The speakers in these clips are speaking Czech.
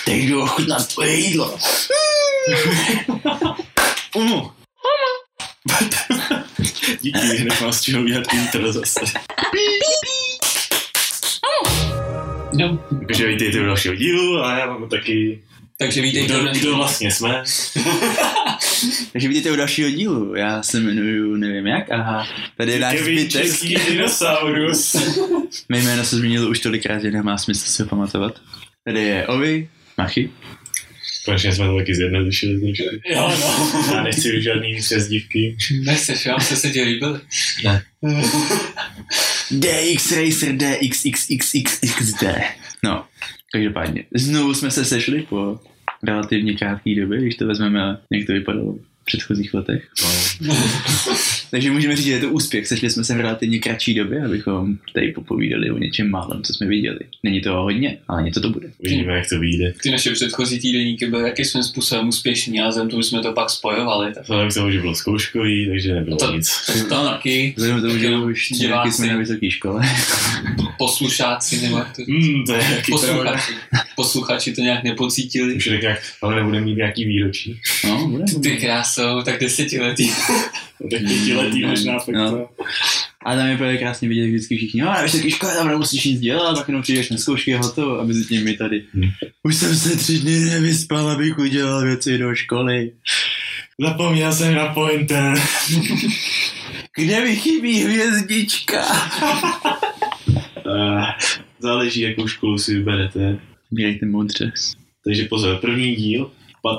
teď jdu ochutnat tvoje jídlo. Díky, hned mám z čeho udělat intro zase. No. Takže vítejte u dalšího dílu a já mám taky... Takže vítejte kdo vlastně jsme. Takže vítejte u dalšího dílu. Já se jmenuji nevím jak a tady je náš Kevin zbytek. Český dinosaurus. Mé jméno se změnilo už tolikrát, že nemá smysl si ho pamatovat. Tady je Ovi, Machy. Konečně jsme to taky zjednodušili. Takže... Jo, no. Já nechci už žádný přezdívky. Nechceš, jo? Se ti líbili? Ne. DX Racer DXXXXXD. No, každopádně. Znovu jsme se sešli po relativně krátké době, když to vezmeme, jak to vypadalo v předchozích letech. No. Takže můžeme říct, že je to úspěch. Sešli jsme se v relativně kratší době, abychom tady popovídali o něčem málem, co jsme viděli. Není to hodně, ale něco to bude. Uvidíme, jak to vyjde. Ty naše předchozí týdeníky byly jakým svým způsobem úspěšný a zem to už jsme to pak spojovali. Tak... Vzhledem k tomu, že bylo zkouškový, takže nebylo to, nic. To taky. Vzhledem tomu, že už diváci jsme na vysoké škole. Poslušáci nebo jak to To je jaký Posluchači to nějak nepocítili. už tak nějak, ale nebudeme mít nějaký výročí. No, bude. Ty krásou, tak 10letý. Tak 5letý možná fakt No. to. A tam je právě krásně vidět vždycky všichni, no, na vysoké škole, tam nemusíš nic dělat, tak jenom přijdeš na zkoušky a hotovo, a mezi tím my tady. Už jsem se 3 dny nevyspal, abych udělal věci do školy. Zapomněl jsem na pointer. Kde mi chybí hvězdička? Záleží, jakou školu si vyberete. Mějte moudře. Takže pozor, první díl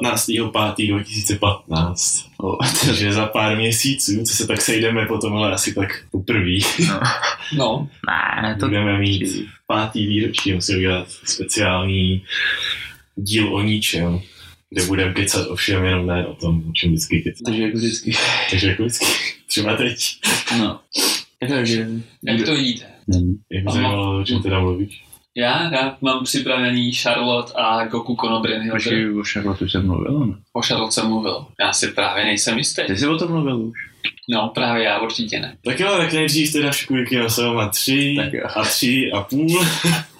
15.5.2015. Takže za pár měsíců, co se tak sejdeme potom, ale asi tak poprvé. No. Ne, to... Budeme mít 5. výročí, musím udělat speciální díl o ničem, kde budeme kecat o všem, jenom ne o tom, o čem vždycky kecat. Takže jako vždycky. Takže jako vždycky, třeba teď. No. Takže... Jak to jde? Jak mi zajímalo, o čem teda mluvíš? Já mám připravený Charlotte a Goku Konobrin. Počkej, o Charlotte už jsem mluvil, ne? O Charlotte jsem mluvil. Já si právě nejsem jistý. Ty jsi o tom mluvil už? No, právě já určitě ne. Tak jo, tak nejdřív teda Škůjky na sebe má 3 Tak jo. a 3,5.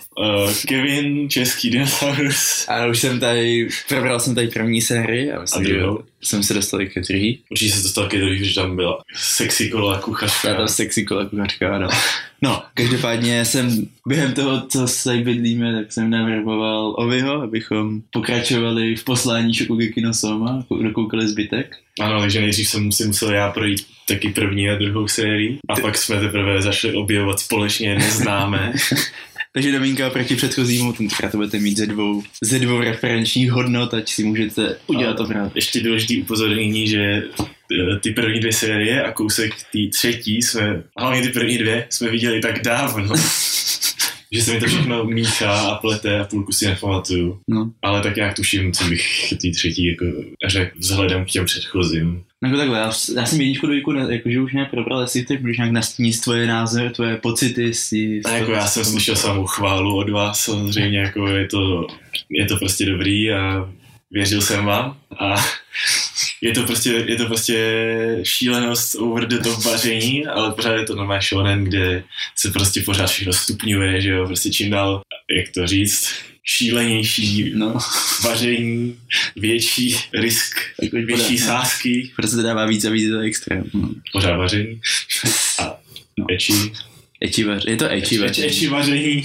Kevin, český dinosaurus. A už jsem tady, probral jsem tady první sérii a myslím, A že druhou? jsem se dostal ke druhý. Určitě se dostal ke druhý, že tam byla sexy kola kuchařka. Já tam sexy kola kuchařka, ano. No, každopádně jsem během toho, co se bydlíme, tak jsem navrhoval Oviho, abychom pokračovali v poslání Shokugeki no Soma, dokoukali zbytek. Ano, takže nejdřív jsem si musel já projít taky první a druhou sérii a pak jsme teprve začali objevovat společně neznámé. Takže novinka proti předchozímu, tentokrát to budete mít ze dvou referenčních hodnot, ať si můžete udělat obrát. Ještě důležitý upozornění, že ty první 2 série a kousek ty třetí hlavně ty první 2 jsme viděli tak dávno, že se mi to všechno míchá a plete a půlku si nepamatuju. No. Ale tak nějak tuším, co bych ty třetí jako řekl vzhledem k těm předchozím. No takhle, já jsem 1, 2, jakože už nějak probral, jestli ty budeš nějak nastínit tvoje názory, tvoje pocity. A jako já jsem slyšel samou chválu od vás, samozřejmě jako je to prostě dobrý a věřil jsem vám a je to prostě šílenost over the top vaření, ale pořád je to normální shonen, kde se prostě pořád všechno stupňuje, že jo, prostě čím dál, jak to říct, šílenější vaření, větší risk, větší sázky. Prostě to dává víc a víc do extrém. No. Pořád vaření a Ecchi vaření. Je to ecchi vaření. Ecchi vaření.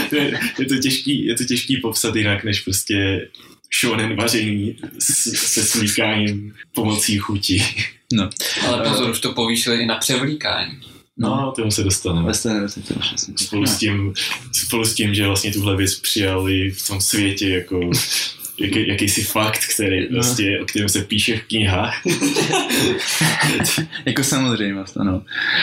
Je to těžký popsat jinak, než prostě shonen vaření se smíkáním pomocí chutí. No. Ale pozor, už to povýšili i na převlíkání. No, tomu se dostaneme. Spolu s tím, že vlastně tuhle věc přijali v tom světě jako jakýsi fakt, vlastně, o kterém se píše v knihách. Jako samozřejmě, ano.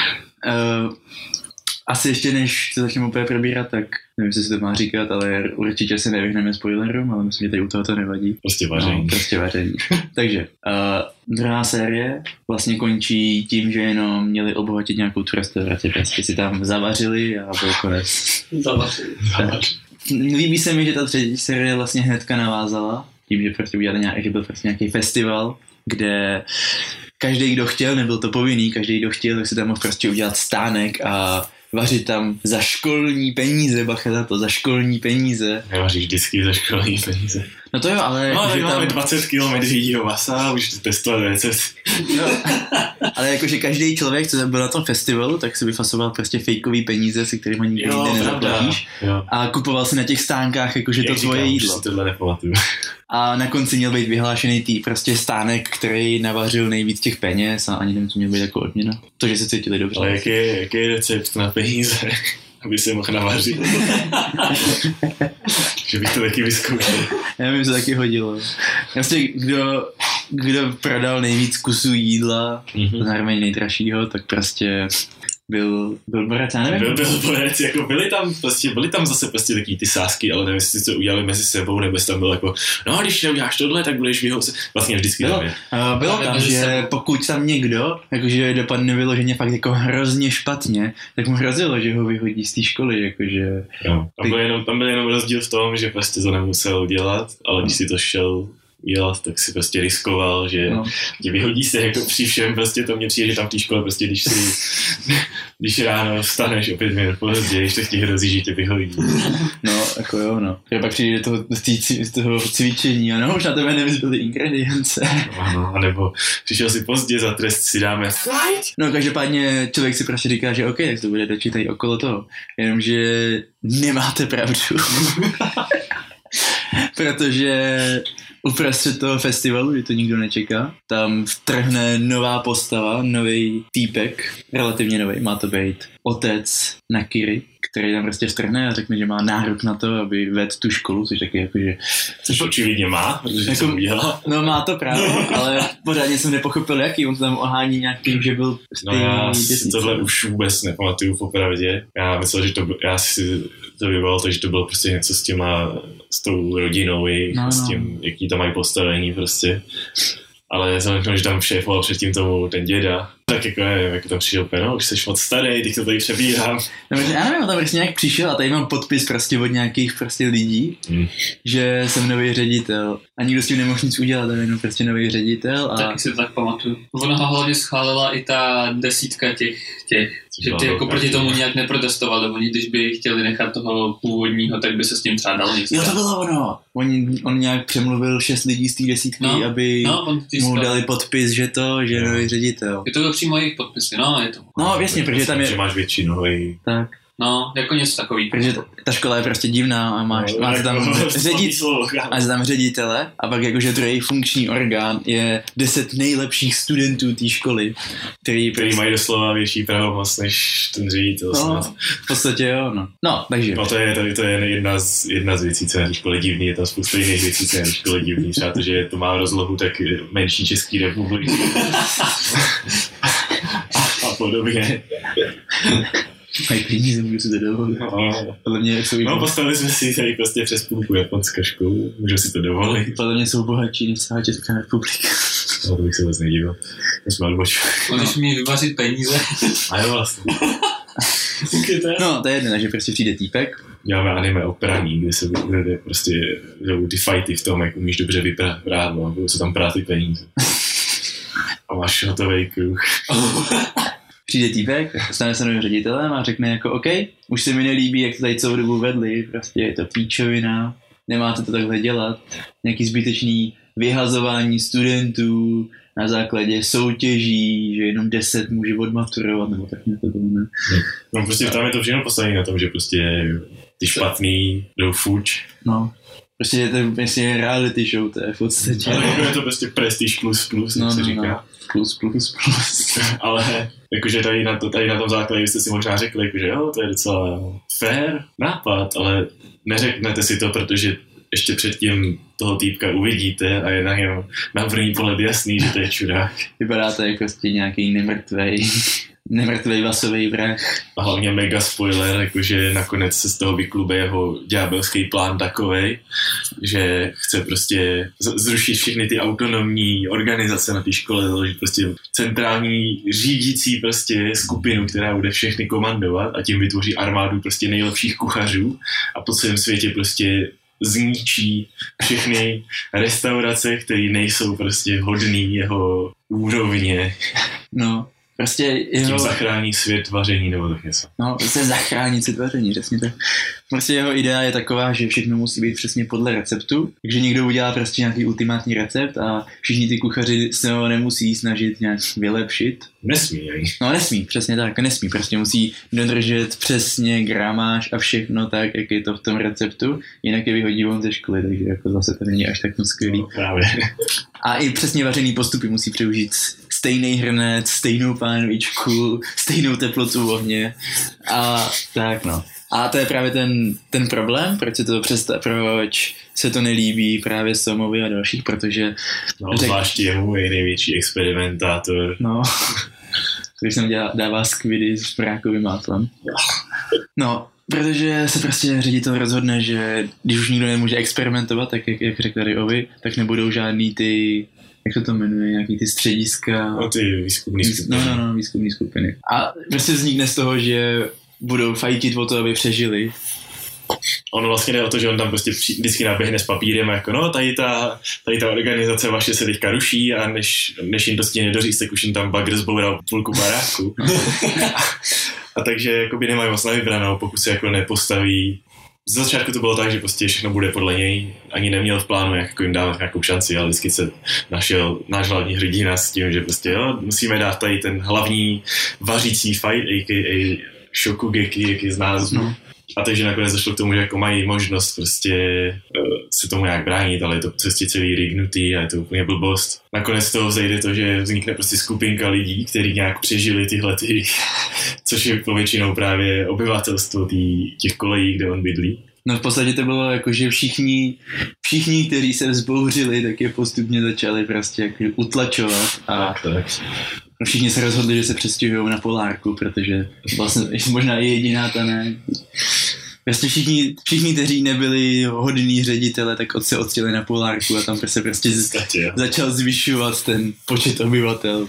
Asi ještě než to začneme úplně probírat, tak nevím, jestli se to má říkat, ale určitě se nevyhneme spoilerům, ale myslím, že tady u toho to nevadí. Prostě vaření. No, prostě vaření. Takže, druhá série vlastně končí tím, že jenom měli obohatit nějakou tu restauraci, prostě si tam zavařili a byl konec. Zavařili. Líbí se mi, že ta třetí série vlastně hnedka navázala, tím, že prostě udělali že byl prostě nějaký festival, kde každý, kdo chtěl, nebyl to povinný, každý, kdo chtěl, tak si tam mohl prostě udělat stánek a vařit tam za školní peníze, bacha za to, za školní peníze. Nevaříš vždycky za školní peníze. No to jo, ale... No, že máme tam... 20 kg medvědího masa, už testovat recept. No, ale jakože každý člověk, co byl na tom festivalu, tak si vyfasoval prostě fejkový peníze, se kterými nikdy nezaplatíš. A kupoval si na těch stánkách jakože to tvoje jídlo. Si tohle nepamatuju. A na konci měl být vyhlášený prostě stánek, který navařil nejvíc těch peněz a ani nevím, co měl být jako odměna. To, že se cítili dobře. Ale jaký je recept na peníze, aby se mohl navařit? Že bych to taky vyzkoušel. Já mi to taky hodilo. Vlastně kdo prodal nejvíc kusů jídla, zároveň nejdražšího, tak prostě byl borec, já nevím. Byl borec, jako byly tam zase prostě taky ty sázky, ale nevím, jestli to udělali mezi sebou, nebo jestli tam bylo jako, no když neuděláš tohle, tak budeš vyhouzet. Vlastně vždycky tam je. Bylo tam, že pokud tam někdo, jakože dopadne vyloženě fakt jako hrozně špatně, tak mu hrozilo, že ho vyhodí z té školy, jakože... Jo, tam byl jenom rozdíl v tom, že prostě to nemusel dělat, ale když si to šel dělat, tak si prostě riskoval, že tě vyhodí se jako při všem, prostě to mě přijde, že tam v té škole prostě, když ráno vstaneš o 5 minut později, tak ti hrozí, že tě vyhodí. No, jako jo, no. Že pak přijde do toho cvičení a no, už na tebe nevyzbyly ingredience. No, anebo přišel si pozdě, za trest si dáme slide. No, každopádně člověk si prostě říká, že OK, tak to bude dočítají okolo toho. Jenomže nemáte pravdu. Protože uprostřed toho festivalu, kdy to nikdo nečeká, tam vtrhne nová postava, nový týpek, relativně nový, má to být otec Nakiri, který tam prostě vtrhne a řekne, že má nárok na to, aby vedl tu školu, což taky jakože... Což očividně má, protože jako, jsem udělal. No má to právo, ale pořádně jsem nepochopil, jaký, on to tam ohání nějakým, že byl... No já si tohle už vůbec nepamatuju popravdě. Já myslel, že já si to vybavil, takže to bylo prostě něco s tou rodinou jejich, s tím, jaký tam mají postavení prostě. Ale vzhledem k tomu, že tam šéfoval předtím tomu ten děda, tak jako nevím, jako tam přišel no, už jsi moc starý, teď to tady přebírám. No, já nevím, tam prostě nějak přišel a tady mám podpis prostě od nějakých prostě lidí, že jsem nový ředitel a nikdo s tím nemohl nic udělat, ale jenom prostě nový ředitel. A... Taky si to tak pamatuju. Ona hlavně schválila i ta 10 těch že ty jako proti tomu nějak neprotestovali, oni když by chtěli nechat toho původního, tak by se s tím třeba dalo nic. Jo, to bylo ono. On nějak přemluvil 6 lidí z té 10, aby mu dali podpis, že je nový ředitel. Je to přímo jejich podpisy, no, je to. No, jasně, protože tam je... Že máš většinu, tak. No, jako něco takový. Protože ta škola je prostě divná a máš tam ředitele a pak jakože druhý funkční orgán je 10 nejlepších studentů té školy, který mají doslova větší pravomoc než ten ředitel. No, v podstatě jo, no. No, takže. No to je jedna z věcí, co je na škole divný, je tam spousta jiných věcí, co je na škole divný, třeba to, že to má rozlohu tak menší Český republiky. a podobně. Mají peníze, můžu si to dovolit. Podle mě jsou postavili jsme si tady prostě přes půlku Japonska školu, můžu si to dovolit. Podle mě jsou bohatší než celá Česká republika. No, to bych se vlastně nedíval. To jsme odbočili. Když mi vyvařit peníze. A jo, vlastně. No, to je jedno, že prostě přijde týpek. Děláme anime o praní, kde prostě jdou ty fighty v tom, jak umíš dobře vyprát právo, a budou se tam prát ty peníze. A máš hotovej kruh. Přijde týpek, stane se novým ředitelem a řekne jako OK, už se mi nelíbí, jak to tady celou dobu vedli, prostě je to píčovina, nemáte to takhle dělat, nějaký zbytečný vyhazování studentů na základě soutěží, že jenom 10 může odmaturovat, nebo tak něco tomu ne. No prostě tam je to všechno postavené na tom, že prostě ty špatný jdou fuč. No. Prostě je to vlastně reality show, to je v podstatě. Ale je to prostě prestige plus, jak se říká. No. Plus. Ale jakože tady na tom základě jste si možná řekli, jakože jo, to je docela fair nápad, ale neřeknete si to, protože ještě předtím toho týpka uvidíte a je na první pohled jasný, že to je čurák. Vypadá to jako prostě nějaký nemrtvej vasový vrah. A hlavně mega spoiler, jakože nakonec se z toho vyklube jeho ďábelský plán takovej, že chce prostě zrušit všechny ty autonomní organizace na té škole, založit prostě centrální řídící prostě skupinu, která bude všechny komandovat a tím vytvoří armádu prostě nejlepších kuchařů a po celém světě prostě zničí všechny restaurace, které nejsou prostě hodný jeho úrovně. No. Prostě tím zachrání svět vaření nebo tak něco. No, se zachrání svět vaření, přesně tak. Prostě jeho idea je taková, že všechno musí být přesně podle receptu, takže někdo udělá prostě nějaký ultimátní recept a všichni ty kuchaři se ho nemusí snažit nějak vylepšit. Nesmí, ani. No nesmí, přesně tak, nesmí, prostě musí dodržet přesně gramáž a všechno tak, jak je to v tom receptu, jinak je vyhodí von ze školy, takže jako zase to není až tak moc skvělý. No, právě. A i přesně vařený postupy musí přeužít stejný hrnec, stejnou pánvičku, stejnou teplotu ohně a tak no. A to je právě ten problém, proč se to nelíbí právě Somovi a dalších, protože... No, zvláště jemu je největší experimentátor. No, když jsem dává skvidy s brákovým máslem. No, protože se prostě ředitel rozhodne, že když už nikdo nemůže experimentovat, tak jak řekl tady Ovi, tak nebudou žádný ty, jak se to jmenuje, nějaký ty střediska. No ty výzkumní skupiny. No, výzkumní skupiny. A prostě vznikne z toho, že budou fajtit o to, aby přežili. Ono vlastně jde o to, že on tam prostě vždycky naběhne s papírem jako no, tady ta organizace vaše se teďka ruší a než jim to stíne doříct, tak už jim tam bagr zboural půlku baráku. A takže jakoby nemají moc na vybranou, pokud se jako nepostaví. Z začátku to bylo tak, že prostě všechno bude podle něj, ani neměl v plánu jako jim dávat nějakou šanci, ale vždycky se našel náš hlavní hrdina s tím, že prostě jo, musíme dát tady ten hlavní vařící fight, a.k.a. Shokugeki, jak je z názvu. No. A takže nakonec došlo k tomu, že jako mají možnost prostě se tomu nějak bránit, ale je to prostě celý rignutý a je to úplně blbost. Nakonec z toho vzejde to, že vznikne prostě skupinka lidí, kteří nějak přežili tyhle, což je povětšinou právě obyvatelstvo těch kolejí, kde on bydlí. No v podstatě to bylo jako, že všichni, kteří se vzbouřili, tak je postupně začali prostě jako utlačovat a tak. Všichni se rozhodli, že se přestěhují na polárku, protože vlastně možná i jediná ta ne. Vlastně všichni, kteří nebyli hodní ředitele, tak se odstěli na polárku a tam se prostě začal zvyšovat ten počet obyvatel.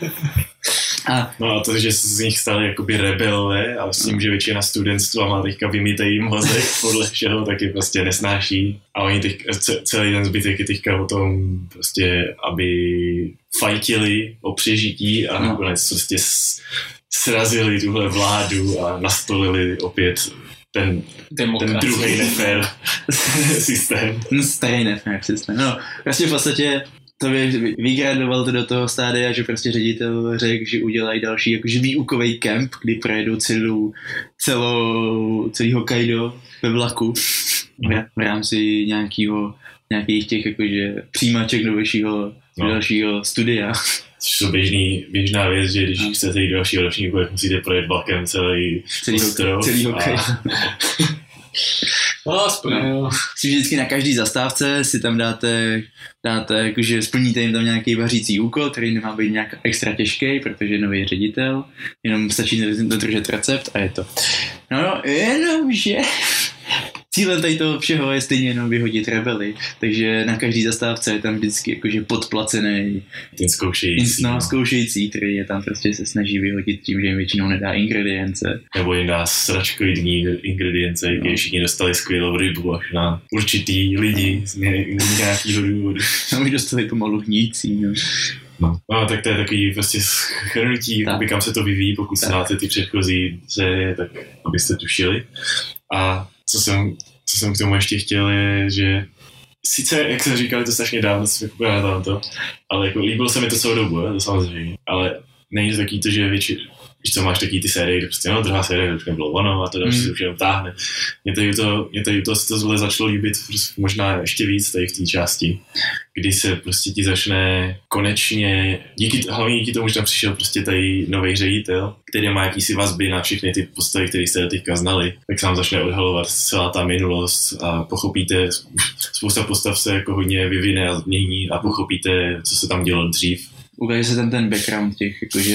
No a to, že z nich stali jakoby rebelové a s tím, že většina studentstva má teďka vymýtají mozek podle všeho, tak je prostě nesnáší. A oni celý ten zbytek je teďka o tom prostě, aby fajtili o přežití a nakonec prostě srazili tuhle vládu a nastolili opět ten druhý nefér systém. Starý nefér systém. No, vlastně v podstatě to vygradoval to do toho stádia, že prostě ředitel řekl, že udělají další jakože výukový kemp, kdy projedou celý Hokkaido ve vlaku v rámci nějakých těch jakože přijímaček do dalšího studia. Což jsou běžná věc, že když chcete jít do dalšího ročníku, tak musíte projet vlakem celý Hokkaido. No, aspoň jo. Vždycky na každý zastávce si tam dáte jakože splníte jim tam nějaký vařící úkol, který nemá být nějak extra těžký, protože je nový ředitel, jenom stačí dodržet recept a je to. No, jenomže cílem tady toho všeho je stejně jenom vyhodit rebely, takže na každý zastávce je tam vždycky jakože podplacený ten zkoušející, který je tam prostě se snaží vyhodit tím, že jim většinou nedá ingredience. Nebo jim dá sračkoidní ingredience, když všichni dostali skvělou rybu až na určitý lidi z nějakého důvodu. No, už dostali pomalu hnící, No, tak to je takový prostě shrnutí, kam se to vyvíjí, pokud znáte ty předchozí série, tak abyste tušili. A co jsem k tomu ještě chtěl je, že sice, jak jsem říkal, je to strašně dávno, jsem jako to, ale jako líbilo se mi to celou dobu, to samozřejmě, ale není to takový to, že víš, co máš takový ty série, kde prostě druhá série už nebylo ono a to další se už jenom táhne. Mě tady to začalo líbit možná ještě víc tady v té části, kdy se prostě ti začne konečně, hlavně díky tomu, že tam přišel prostě tady nový ředitel, který má jakýsi vazby na všechny ty postavy, které jste teďka znali, tak se vám začne odhalovat celá ta minulost a pochopíte, spousta postav se jako hodně vyvine a změní a pochopíte, co se tam dělo dřív. Ukáže se tam ten background těch jakože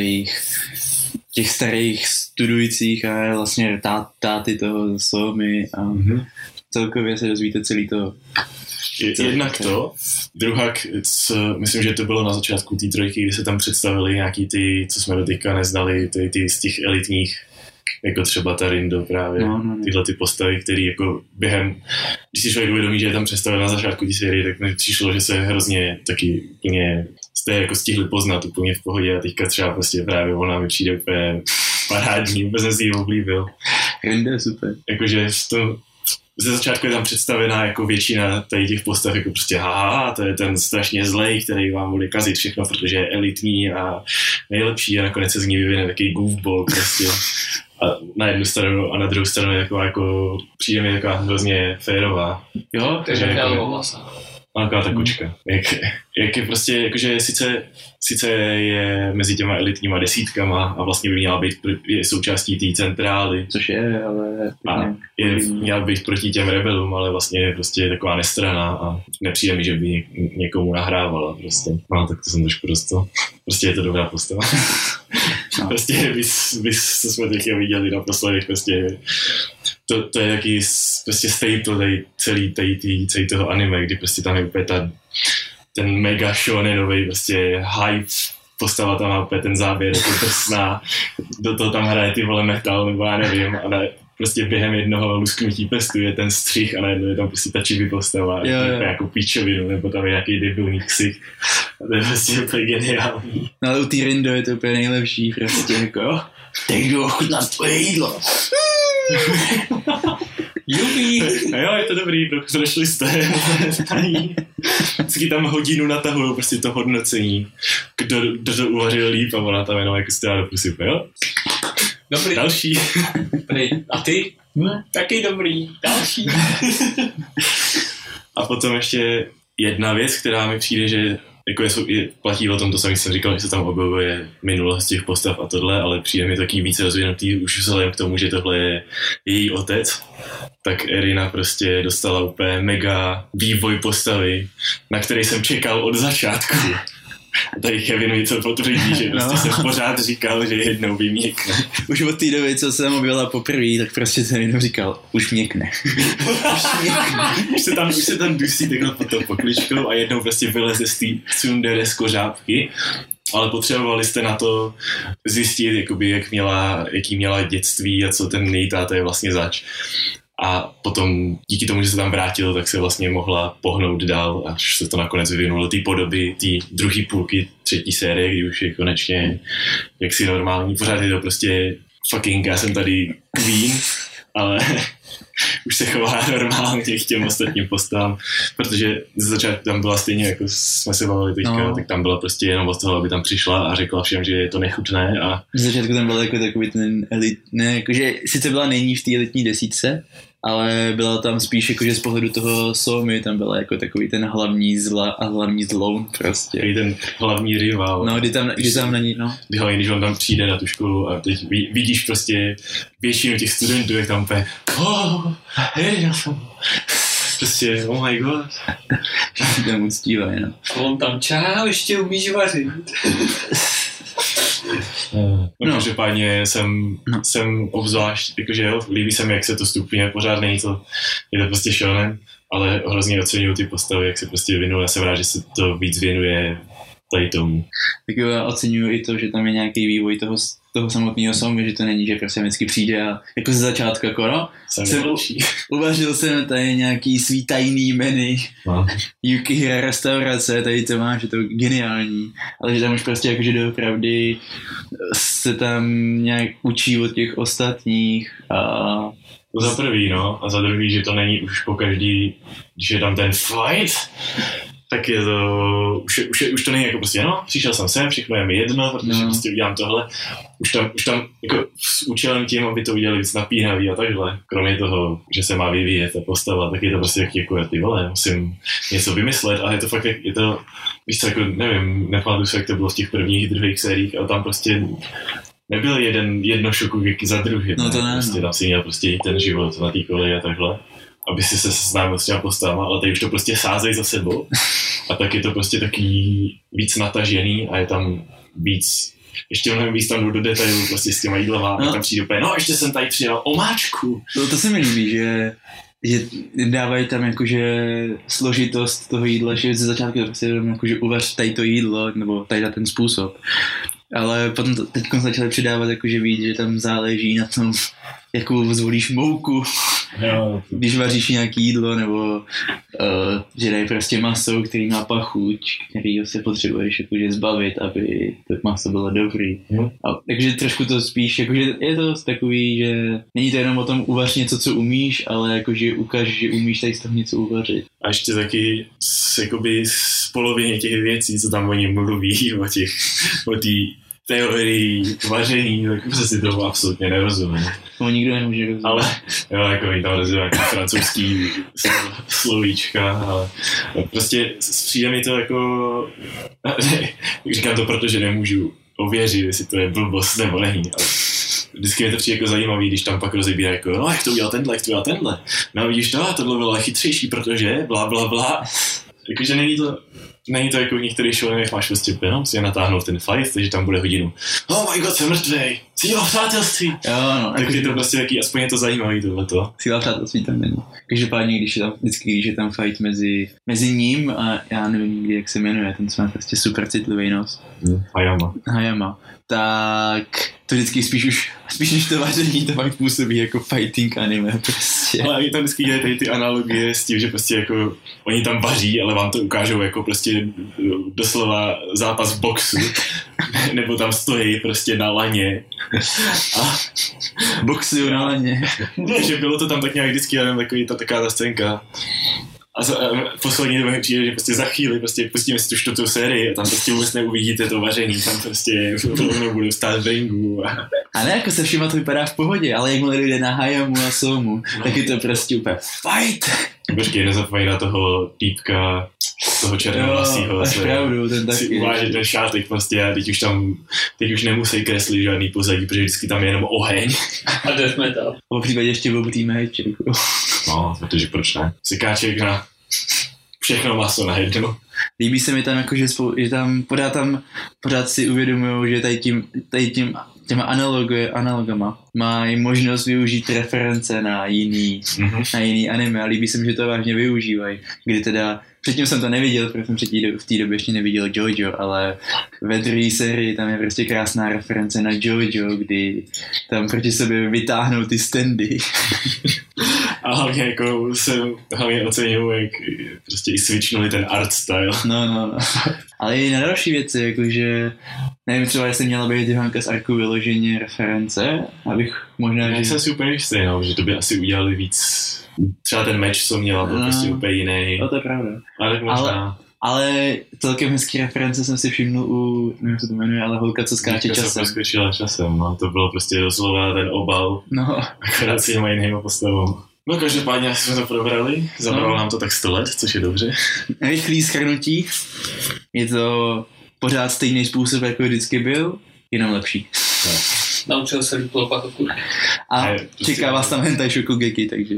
starých studujících a vlastně táty toho Somy a celkově se dozvíte celý to. Jednak to, druhak, myslím, že to bylo na začátku té trojky, kdy se tam představili nějaký ty, co jsme do teďka neznali, ty z těch elitních, jako třeba Tarindo právě, tyhle ty postavy, který jako během, když si člověk uvědomí, že je tam představil na začátku té série, tak mi přišlo, že se hrozně taky úplně jste jako stihli poznat úplně v pohodě a teďka třeba prostě právě ona mi přijde úplně parádní, vůbec jsem si ji oblíbil. Rinde je super. Jakože ze začátku je tam představená jako většina tady těch postav, jako prostě to je ten strašně zlej, který vám bude kazit všechno, protože je elitní a nejlepší a nakonec se z ní vyvine takový goofball prostě. A na jednu stranu a na druhou stranu je jako přijde mi taková hrozně férová. Jo, takže jako vlasa. Taková ta kočka. Jak je prostě, jakože sice je mezi těma elitníma desítkama a vlastně by měla být je součástí té centrály. Což je, ale... A měla být proti těm rebelům, ale vlastně je prostě taková nestraná a nepřijde mi, že by někomu nahrávala prostě. No, tak to jsem trošku dostal. Prostě je to dobrá postava. No. Prostě co jsme teďka viděli naposledy, prostě to je jaký prostě staple celý toho anime, kdy prostě tam je úplně ten mega shonenovej prostě hype postava, tam má úplně ten záběr, jako drsná, do toho tam hraje ty vole metal, nebo já nevím, a prostě během jednoho lusknutí prstu je ten střih a najednou je tam prostě ta chibi postava, jako píčovinu, nebo tam je nějaký debilní ksik. A to je prostě úplně geniální. No ale u té Rindo je to úplně nejlepší, prostě jako, teď jdu ochutnat tvoje jídlo. Jubi. A jo, je to dobrý, prošli jste. Vždycky tam hodinu natahujou prostě to hodnocení. Kdo to uvařil líp a ona tam jenom jako stává do pusy, jo? Dobrý. Další. A ty? Taky dobrý. Další. A potom ještě jedna věc, která mi přijde, že jako platí o tom, to sami jsem říkal, že se tam objevuje minulost těch postav a tohle, ale přijde mi taky více rozvinutý už vzhledem k tomu, že tohle je její otec, tak Erina prostě dostala úplně mega vývoj postavy, na který jsem čekal od začátku. A tady Kevin mi to potvrdí, že prostě jsem pořád říkal, že jednou vyměkne. Už od té doby, co jsem objela poprvé, tak prostě jsem jenom říkal, už měkne. Už se tam dusí takhle pod tou pokličkou a jednou prostě vyleze z té tsundere z kořápky. Ale potřebovali jste na to zjistit, jakoby, jaký měla dětství a co ten její táta je vlastně zač. A potom díky tomu, že se tam vrátilo, tak se vlastně mohla pohnout dál, až se to nakonec vyvinulo té podoby, té druhé půlky třetí série, kdy už je konečně jaksi normální. Pořád je to prostě fucking, já jsem tady queen, ale už se chová normálně k těm ostatním postavám, protože ze začátku tam byla stejně, jako jsme se bavili teďka, tak tam byla prostě jenom od toho, aby tam přišla a řekla všem, že je to nechutné. A ze začátku tam byl jako takový ten jakože sice byla nejníž v té elitní desítce, ale byla tam spíš jakože z pohledu toho Somy, tam byla jako takový ten hlavní zla a hlavní zloun prostě. Takový ten hlavní rival. No, kdy tam na ní, no. Když on tam přijde na tu školu a teď vidíš prostě většinu těch studentů, jak tam úplně prostě, oh my god. Všichni tam uctívají, no. On tam čau, ještě umíš vařit. No, každopádně jsem obzvlášť, jakože jo, líbí se mi, jak se to stupňuje, pořád není to, je to prostě shonen, ale hrozně oceňuju ty postavy, jak se prostě věnují, já jsem rád, že se to víc věnuje tady tomu. Tak jo, já oceňuju i to, že tam je nějaký vývoj toho samotného songu, že to není, že prostě vždycky přijde a jako ze začátku jako no, uvařil jsem tady nějaký svý tajný menu, Yukihira restaurace, tady to máš, je to geniální, ale že tam už prostě jakože doopravdy se tam nějak učí od těch ostatních a... To za prvý, no, a za druhý, že to není už po každý, když je tam ten fight, tak je to, už to není jako prostě, no, přišel jsem sem, všechno je mi jedno, protože prostě udělám tohle. Už tam jako s účelem tím, aby to udělali víc napínavý a takhle. Kromě toho, že se má vyvíjet ta postava, tak je to prostě jako ty vole, musím něco vymyslet, ale je to fakt, je to, víš co, jako nevím, nepamatuju se, jak to bylo v těch prvních, druhých sériích, ale tam prostě nebyl jedno Shokugeki za druhý. No to ne, prostě tam si měl prostě ten život na té koleji a takhle, aby si se seznámil s těma postavama, ale tady už to prostě sázej za sebou a tak je to prostě takový víc natažený a je tam víc, ještě mnohem víc tam jdu do detailu prostě s těma jídlama a tam přijde úplně, no ještě jsem tady přijel omáčku. To se mi líbí, že dávají tam jakože složitost toho jídla, že ze začátku to prostě jenom jakože uvař tady to jídlo nebo tady na ten způsob. Ale potom teď začali přidávat jakože víc, že tam záleží na tom, jakou zvolíš mouku, Když vaříš nějaký jídlo, nebo že dají prostě maso, který má pachuť, který se potřebuješ jakože zbavit, aby to maso bylo dobrý. Takže trošku to spíš, jakože je to takový, že není to jenom o tom uvař něco, co umíš, ale jakože ukáž, že umíš tady z toho něco uvařit. A ještě taky jakoby z polovině těch věcí, co tam oni mluví o té teorii vaření, tak prostě si toho absolutně nerozumím. To nikdo nemůže rozumět. Ale jo, jako oni tam rozumí nějaký francouzský slovíčka, ale prostě přijde mi to jako, říkám to, protože nemůžu ověřit, jestli to je blbost nebo není, ale vždycky mi to přijde jako zajímavý, když tam pak rozebírá jako, no jak to udělal tenhle, no vidíš to, a tohle bylo chytřejší, protože bla bla bla, jakože není to jako v některých showech máš prostě jenom si je natáhnout ten fight, takže tam bude hodinu. Oh my god, jsem mrtvej, síla přátelství. Jo, no. Tak je to prostě taky, aspoň je to zajímavý tohleto. Síla přátelství tam není. Každopádně, když je tam fight mezi ním a já nevím, jak se jmenuje, ten co má prostě super citlivý nos. Hayama. Tak to vždycky spíš než to vaření, to fakt působí jako fighting anime prostě. Ale oni tam vždycky dělají ty analogie s tím, že prostě jako oni tam vaří, ale vám to ukážou jako prostě doslova zápas boxu, nebo tam stojí prostě na laně. A boxují na laně. Takže bylo to tam tak nějak vždycky, jenom taková scénka. A poslední době přijde, že prostě za chvíli prostě pustíme si tu čtvrtou sérii a tam prostě vůbec neuvidíte to vaření, tam prostě rovnou budou stát v ringu. A ne, jako se všima to vypadá v pohodě, ale jakmile jde na Hayamu a Somu, tak je to prostě úplně fight! Počkej, nezapomeň na toho týpka, toho černovlasýho, máš pravdu, ten taky. Si uvážet ten šátek prostě a teď už nemusí kreslit žádný pozadí, protože vždycky tam je jenom oheň. A death metal. A v případě ještě obrý meč. No, protože proč ne? Sikáček na všechno maso najednou. Líbí se mi tam jako, že tam pořád si uvědomujou, že tady těma analogama mají možnost využít reference na jiný anime a líbí se mi, že to vážně využívají. Kdy teda, předtím jsem to neviděl, protože jsem v té době ještě neviděl JoJo, ale ve druhé sérii tam je prostě krásná reference na JoJo, kdy tam proti sobě vytáhnou ty standy. A hlavně jako hlavně oceňuju, jak prostě i switchnuli ten art style. No. Ale i na další věci, jakože nevím, třeba jestli měla být Johanka z Arku vyloženě reference, abych možná... Já jsem si úplně jistý, že to by asi udělali víc. Třeba ten meč, co měla, byl prostě úplně jiný. No to je pravda. Ale tak možná... Ale celkem hezký reference jsem si všiml u, nevím, co to jmenuje, ale holka, co skáče časem. Se poskočila časem, no. To bylo prostě doslova ten obal. No. Akorát si mají jiným postavou. No každopádně jsme to probrali, zabralo nám to tak 100 let, což je dobře. Rychlý shrnutí, je to pořád stejný způsob, jako vždycky byl, jenom lepší. No. Naučil se líp lopat okurky. A čeká vás tam hentai Shokugeki, takže...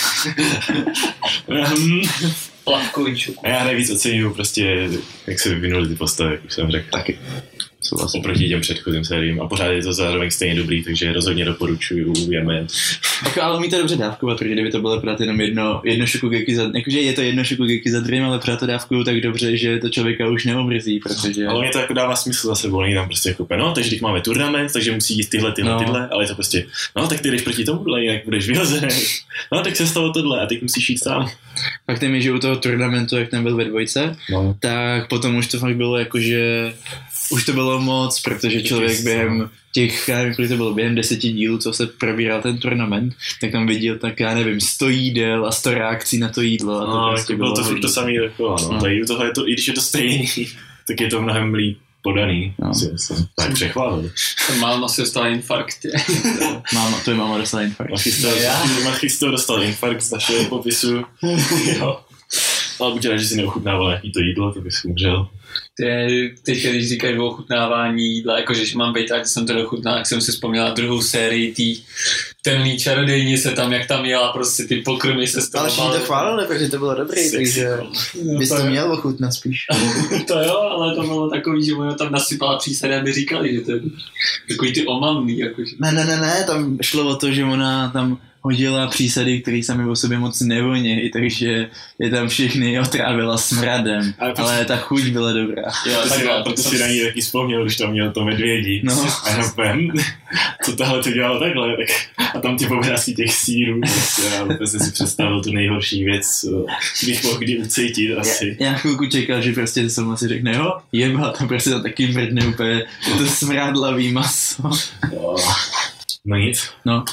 Plavkový šoku. A já nejvíc oceňuju prostě, jak se vyvinuly ty postavy, jak už jsem řekl. Taky. Oproti těm předchozím sériím. A pořád je to zároveň stejně dobrý, takže rozhodně doporučuju, věme. Jako, ale umíte dobře dávkovat, protože kdyby to bylo pořád jenom jedno Shokugeki za... Jakože je to jedno Shokugeki za druhým, ale pořád to dávkuju tak dobře, že to člověka už neomrzí, protože... Ale mě to jako dává smysl zase, bo oni tam prostě jako no, takže teď máme turnament, takže musí jít tyhle, ale je to prostě, no, tak ty jdeš proti tomuhle, jinak budeš vyhozený. No, tak se stalo tohle a teď musíš jít sám. Faktem je, že u toho turnamentu, jak tam byl ve dvojce, tak potom už to fakt bylo jakože... Už to bylo moc, protože člověk během těch, já nevím, kolik to bylo, během 10 dílů, co se probíral ten turnament, tak tam viděl tak, já nevím, 100 jídel a 100 reakcí na to jídlo. A to no, prostě jako bylo to furt to samý dokola, no. Tady u toho je to, i když je to stejný, tak je to mnohem líp podaný. No. Tak přechválil. Máma si dostala infarkt. Tvoje máma dostala infarkt. Machisto dostal infarkt z našeho popisu. Jo. Ale buď rád, že si neochutnával nějaký to jídlo, to bys umřel. Teď, když říkáš o ochutnávání jídla, jakože mám být rád, že jsem to dochutnal, jak jsem si vzpomněla druhou sérii tý temný čarodějnice tam, jak tam jela prostě ty pokrmy se z toho. Ale všichni to chválili, protože to bylo dobrý, takže bys to měl ochutnat spíš. To jo, ale to bylo takový, že ona tam nasypala přísady a mi říkali, že to je takový ty omamný. Jakože. Ne, tam šlo o to, že ona tam hodila přísady, které sami o sobě moc nevonějí, takže je tam všechny otrávila smradem, ale ta chuť byla dobrá. Proto si na ní taky vzpomněl, když tam měl to medvědí. No. A já co tohle to dělalo takhle, tak a tam ty obrázky těch sírů, já vůbec si představil tu nejhorší věc, bych mohl kdy ucítit asi. Já chvilku čekal, že prostě jsem asi řekne, jo, jeba, tam prostě to taky mrdne úplně, to smrádlavý maso. No nic. No.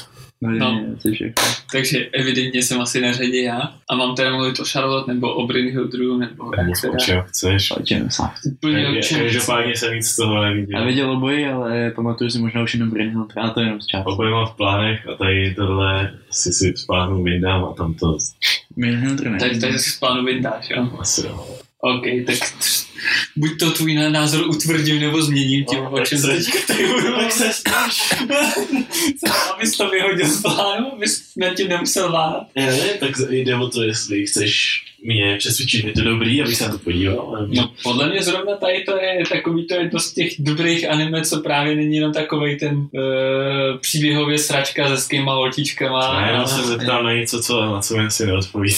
Takže evidentně jsem asi na řadě já. A mám teda mluvit o Charlotte, nebo o Brynhildru, nebo o čem chceš. Každopádně jsem nic z toho neviděl. Já viděl obojí, ale pamatuju si možná už jenom Brynhildra, a to jenom z části. Obojí mám v plánech a tady tohle si z plánu vyndám a tam to... Brynhildra ne. Tady si z plánu vyndáš, jo? Asi jo. OK, tak buď to tvůj názor utvrdím nebo změním tím, o čem teďka tady budu. Tak se snaž. Abys to vyhodil z plánu, abys nad tím nemusel váhat. Ne, tak jde o to, jestli chceš mě přesvědčit, je to dobrý, abych se na to podíval. No podle mě zrovna tady to je takový, to je to z těch dobrých anime, co právě není jenom takovej ten příběhově sračka se skýma lotičkama. Ne, já se zeptám na něco, na co mi asi neodpovíte.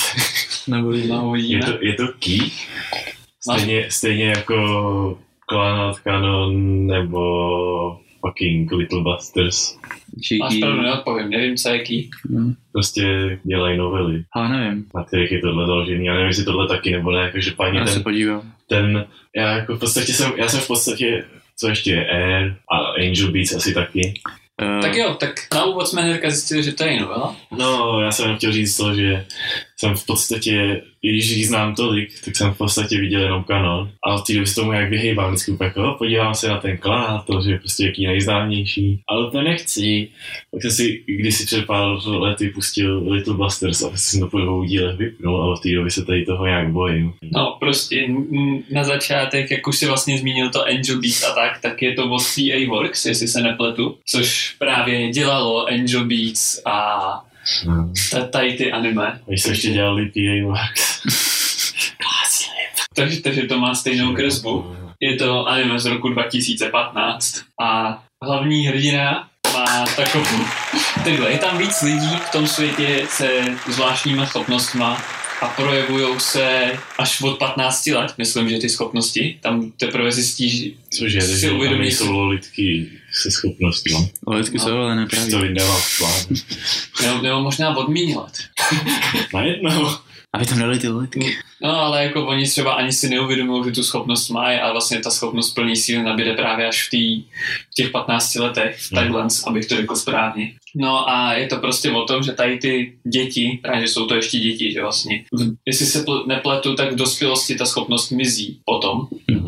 Je to key? Stejně jako Clannad Canon nebo fucking Little Busters. Máš pravdu, neodpovím, nevím co je key. Prostě dělají novely. Ale nevím. Na kterých je tohle založený. Já nevím, jestli tohle taky nebo ne, každopádně já se podívám. Já jako v podstatě jsem v podstatě, co ještě je Air a Angel Beats asi taky. Tak jo, tak na úvod jsme hnedka zjistili, že to je novela. No, já jsem chtěl říct to, že jsem v podstatě, i když ji znám tolik, tak jsem v podstatě viděl jenom Kanon. A od té doby se tomu jak vyhýbám, vždycky úplně jako, podívám se na ten klan, to, že je prostě jaký nejznámější. Ale to nechci. Tak jsem si kdysi před pár lety pustil Little Busters a jsem to po 2 dílech vypnul a od té doby se tady toho nějak bojím. No prostě na začátek, jak už si vlastně zmínil to Angel Beats a tak je to od CA Works, jestli se nepletu, což právě dělalo Angel Beats a tady ty anime. Když se ještě dělali PA Works. Takže to má stejnou kresbu. Je to anime z roku 2015 a hlavní hrdina má takovou... Takhle, je tam víc lidí v tom světě se zvláštníma schopnostma a projevujou se až od 15 let, myslím, že ty schopnosti. Tam teprve zjistíš, že si uvědomí, jsou lolitky se schopností. Lolitky jsou, ale nepraví. To vydávám v plánu. Nebo možná od méně let. Najednou. Aby tam dali ty lolitky. No, ale jako oni třeba ani si neuvědomují, že tu schopnost mají a vlastně ta schopnost plný síly nabíde právě až v těch 15 letech, takhle, abych to řekl správně. No a je to prostě o tom, že tady ty děti, právě jsou to ještě děti, že vlastně, jestli se nepletu, tak v dospělosti ta schopnost mizí potom.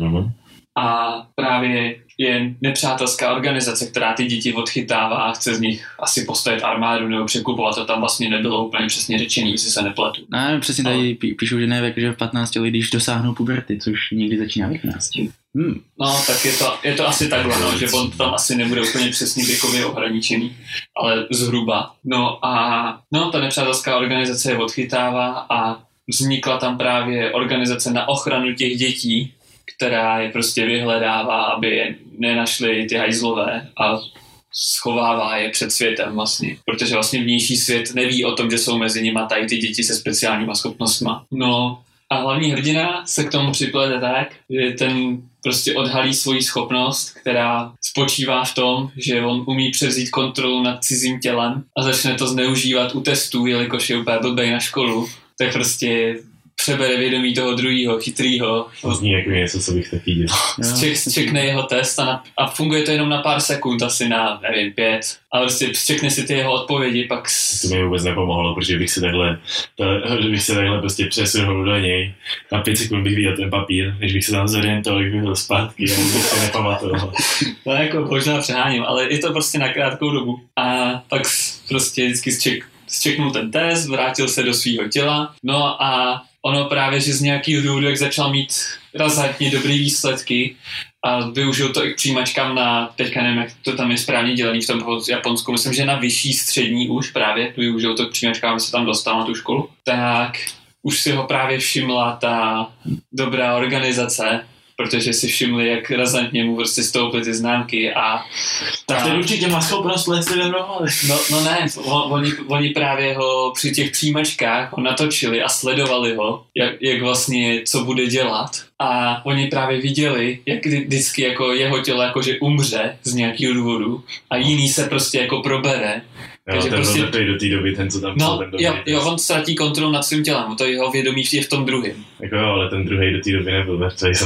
A právě je nepřátelská organizace, která ty děti odchytává a chce z nich asi postavit armádu nebo překupovat. To tam vlastně nebylo úplně přesně řečený, jestli se nepletu. Ne, přesně tady píšou, že ne, že v 15 lidí, když dosáhnou puberty, což někdy začíná v 15. No, tak je to asi takhle, no, že on tam asi nebude úplně přesně věkově ohraničený, ale zhruba. No a ta nepřátelská organizace je odchytává a vznikla tam právě organizace na ochranu těch dětí, která je prostě vyhledává, aby je nenašli ty hajzlové a schovává je před světem vlastně, protože vlastně vnější svět neví o tom, že jsou mezi nimi tady ty děti se speciálníma schopnostma. No a hlavní hrdina se k tomu připlete tak, že ten prostě odhalí svoji schopnost, která spočívá v tom, že on umí převzít kontrolu nad cizím tělem a začne to zneužívat u testů, jelikož je úplně blbej na školu, tak prostě přebere vědomí toho druhého, chytrýho. To zní jako něco, co bych taky dělal. Zčekne jeho test a funguje to jenom na pár sekund, asi na, nevím, 5. A prostě zčekne si ty jeho odpovědi, pak... To mi vůbec nepomohlo, protože bych se takhle prostě přesunul do něj. Na 5 sekund bych viděl ten papír, než bych se tam zorientoval, bych byl zpátky a bych se nepamatoval. To jako možná přeháním, ale je to prostě na krátkou dobu. A pak prostě vždycky zčeknul ten test, vrátil se do svého těla, no a ono právě, že z nějakých důvodů, jak začal mít razantně dobrý výsledky a využil to i k přijímačkám na, teďka nevím, jak to tam je správně dělený v tom Japonsku, myslím, že na vyšší střední už právě využil to k přijímačkám, aby se tam dostal na tu školu, tak už si ho právě všimla ta dobrá organizace protože si všimli, jak razantně mu prostě stouply ty známky a tak ten určitě má schopnost lézt lidem do hlavy. No ne, oni právě ho při těch přijímačkách ho natočili a sledovali ho, jak vlastně co bude dělat a oni právě viděli, jak vždycky jako jeho tělo jakože umře z nějakého důvodu a jiný se prostě jako probere. Jo, ten prostě... byl takový do té doby, ten co tam psal ten dobrý. Jo, on ztratí kontrolu nad svým tělem, to jeho vědomí je v tom druhém. Jako jo, ale ten druhý do té doby nebyl mrtvej.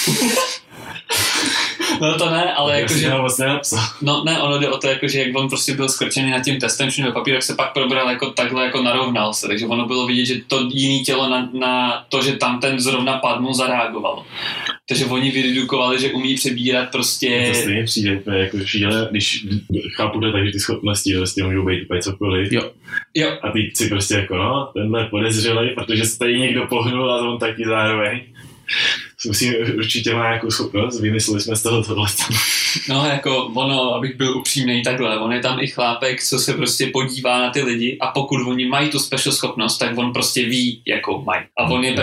No to ne, ale jakože... No ne, ono jde o to, jakože jak on prostě byl skrčený nad tím testem, všude papír, jak se pak probral jako takhle, jako narovnal se, takže ono bylo vidět, že to jiný tělo na to, že tam ten zrovna padnul, zareagovalo. Takže oni vydedukovali, že umí přebírat prostě... To stejně přijde, jako šíle, když chápu to tak, že ty schopnosti prostě můžou být úplně cokoliv. Jo. A ty si prostě jako no, tenhle podezřelej, protože se tady někdo pohnul a on taky zároveň. Určitě má nějakou schopnost, vymysleli jsme z toho tohle. No jako ono, abych byl upřímnej takhle, on je tam i chlápek, co se prostě podívá na ty lidi a pokud oni mají tu special schopnost, tak on prostě ví, jakou mají. A on je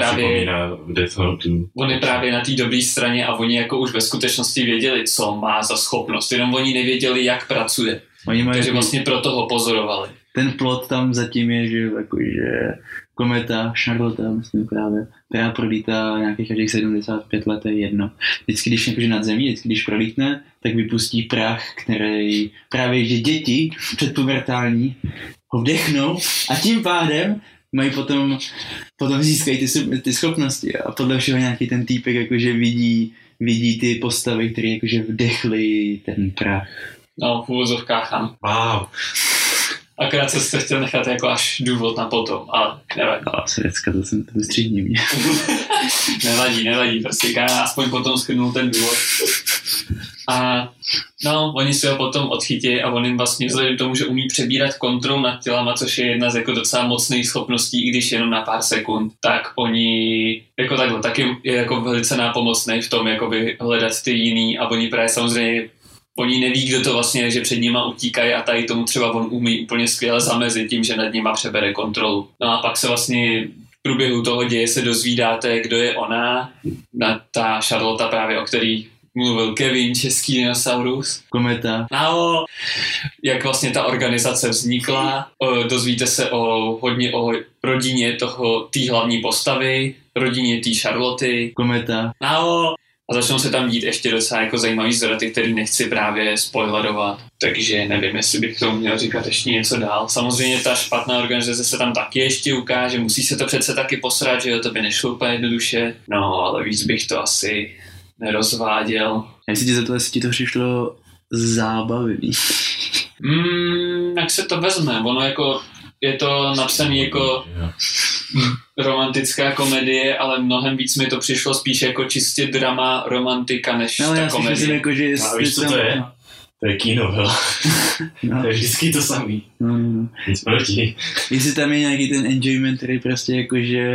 právě na té dobré straně a oni jako už ve skutečnosti věděli, co má za schopnost, jenom oni nevěděli, jak pracuje. Takže vlastně proto ho pozorovali. Ten plot tam zatím je, že kometa Charlotte, myslím právě, která prolítá nějakých každých 75 let, je jedno. Vždycky, když jakože nad zemí, vždycky, když prolítne, tak vypustí prach, který právě, že děti předpubertální ho vdechnou a tím pádem mají potom získají ty schopnosti a podle všeho nějaký ten týpek jakože vidí ty postavy, které jakože vdechly ten prach. No, v úvozovkách, ano. Wow. Akorát se chtěl nechat jako až důvod na potom, ale nevadí. Svědecka, to jsem to vystřídní mě. nevadí, prostě Kája aspoň potom schrnul ten důvod. A no, oni si ho potom odchytí a on jim vlastně vzhledem k tomu, že umí přebírat kontrolu nad tělama, což je jedna z jako docela mocných schopností, i když jenom na pár sekund, tak oni jako takhle, taky je jako velice nápomocný v tom, jakoby hledat ty jiný a oni právě samozřejmě oni neví, kdo to vlastně je, že před nima utíkají a tady tomu třeba on umí úplně skvěle zamezit tím, že nad nima přebere kontrolu. No a pak se vlastně v průběhu toho děje se dozvídáte, kdo je ona, ta Charlotte právě, o který mluvil Kevin, český dinosaurus. Kometa. No, jak vlastně ta organizace vznikla, dozvíte se hodně o rodině té hlavní postavy, rodině té Charlotte. Kometa. No, a začnou se tam dít ještě docela jako zajímavý zvraty, který nechci právě spoilerovat. Takže nevím, jestli bych tomu měl říkat ještě něco dál. Samozřejmě ta špatná organizace se tam taky ještě ukáže, musí se to přece taky posrat, že jo, to by nešlo úplně jednoduše. No, ale víc bych to asi nerozváděl. Jestli ti to přišlo zábavný. Jak se to vezme? Ono jako je to napsaný jako romantická komedie, ale mnohem víc mi to přišlo spíš jako čistě drama, romantika, než ta komedie. Jako, že a víš, co to je? To je kinovel. No. To je vždycky to samý. No. Nic proti. Jestli tam je nějaký ten enjoyment, který prostě jakože...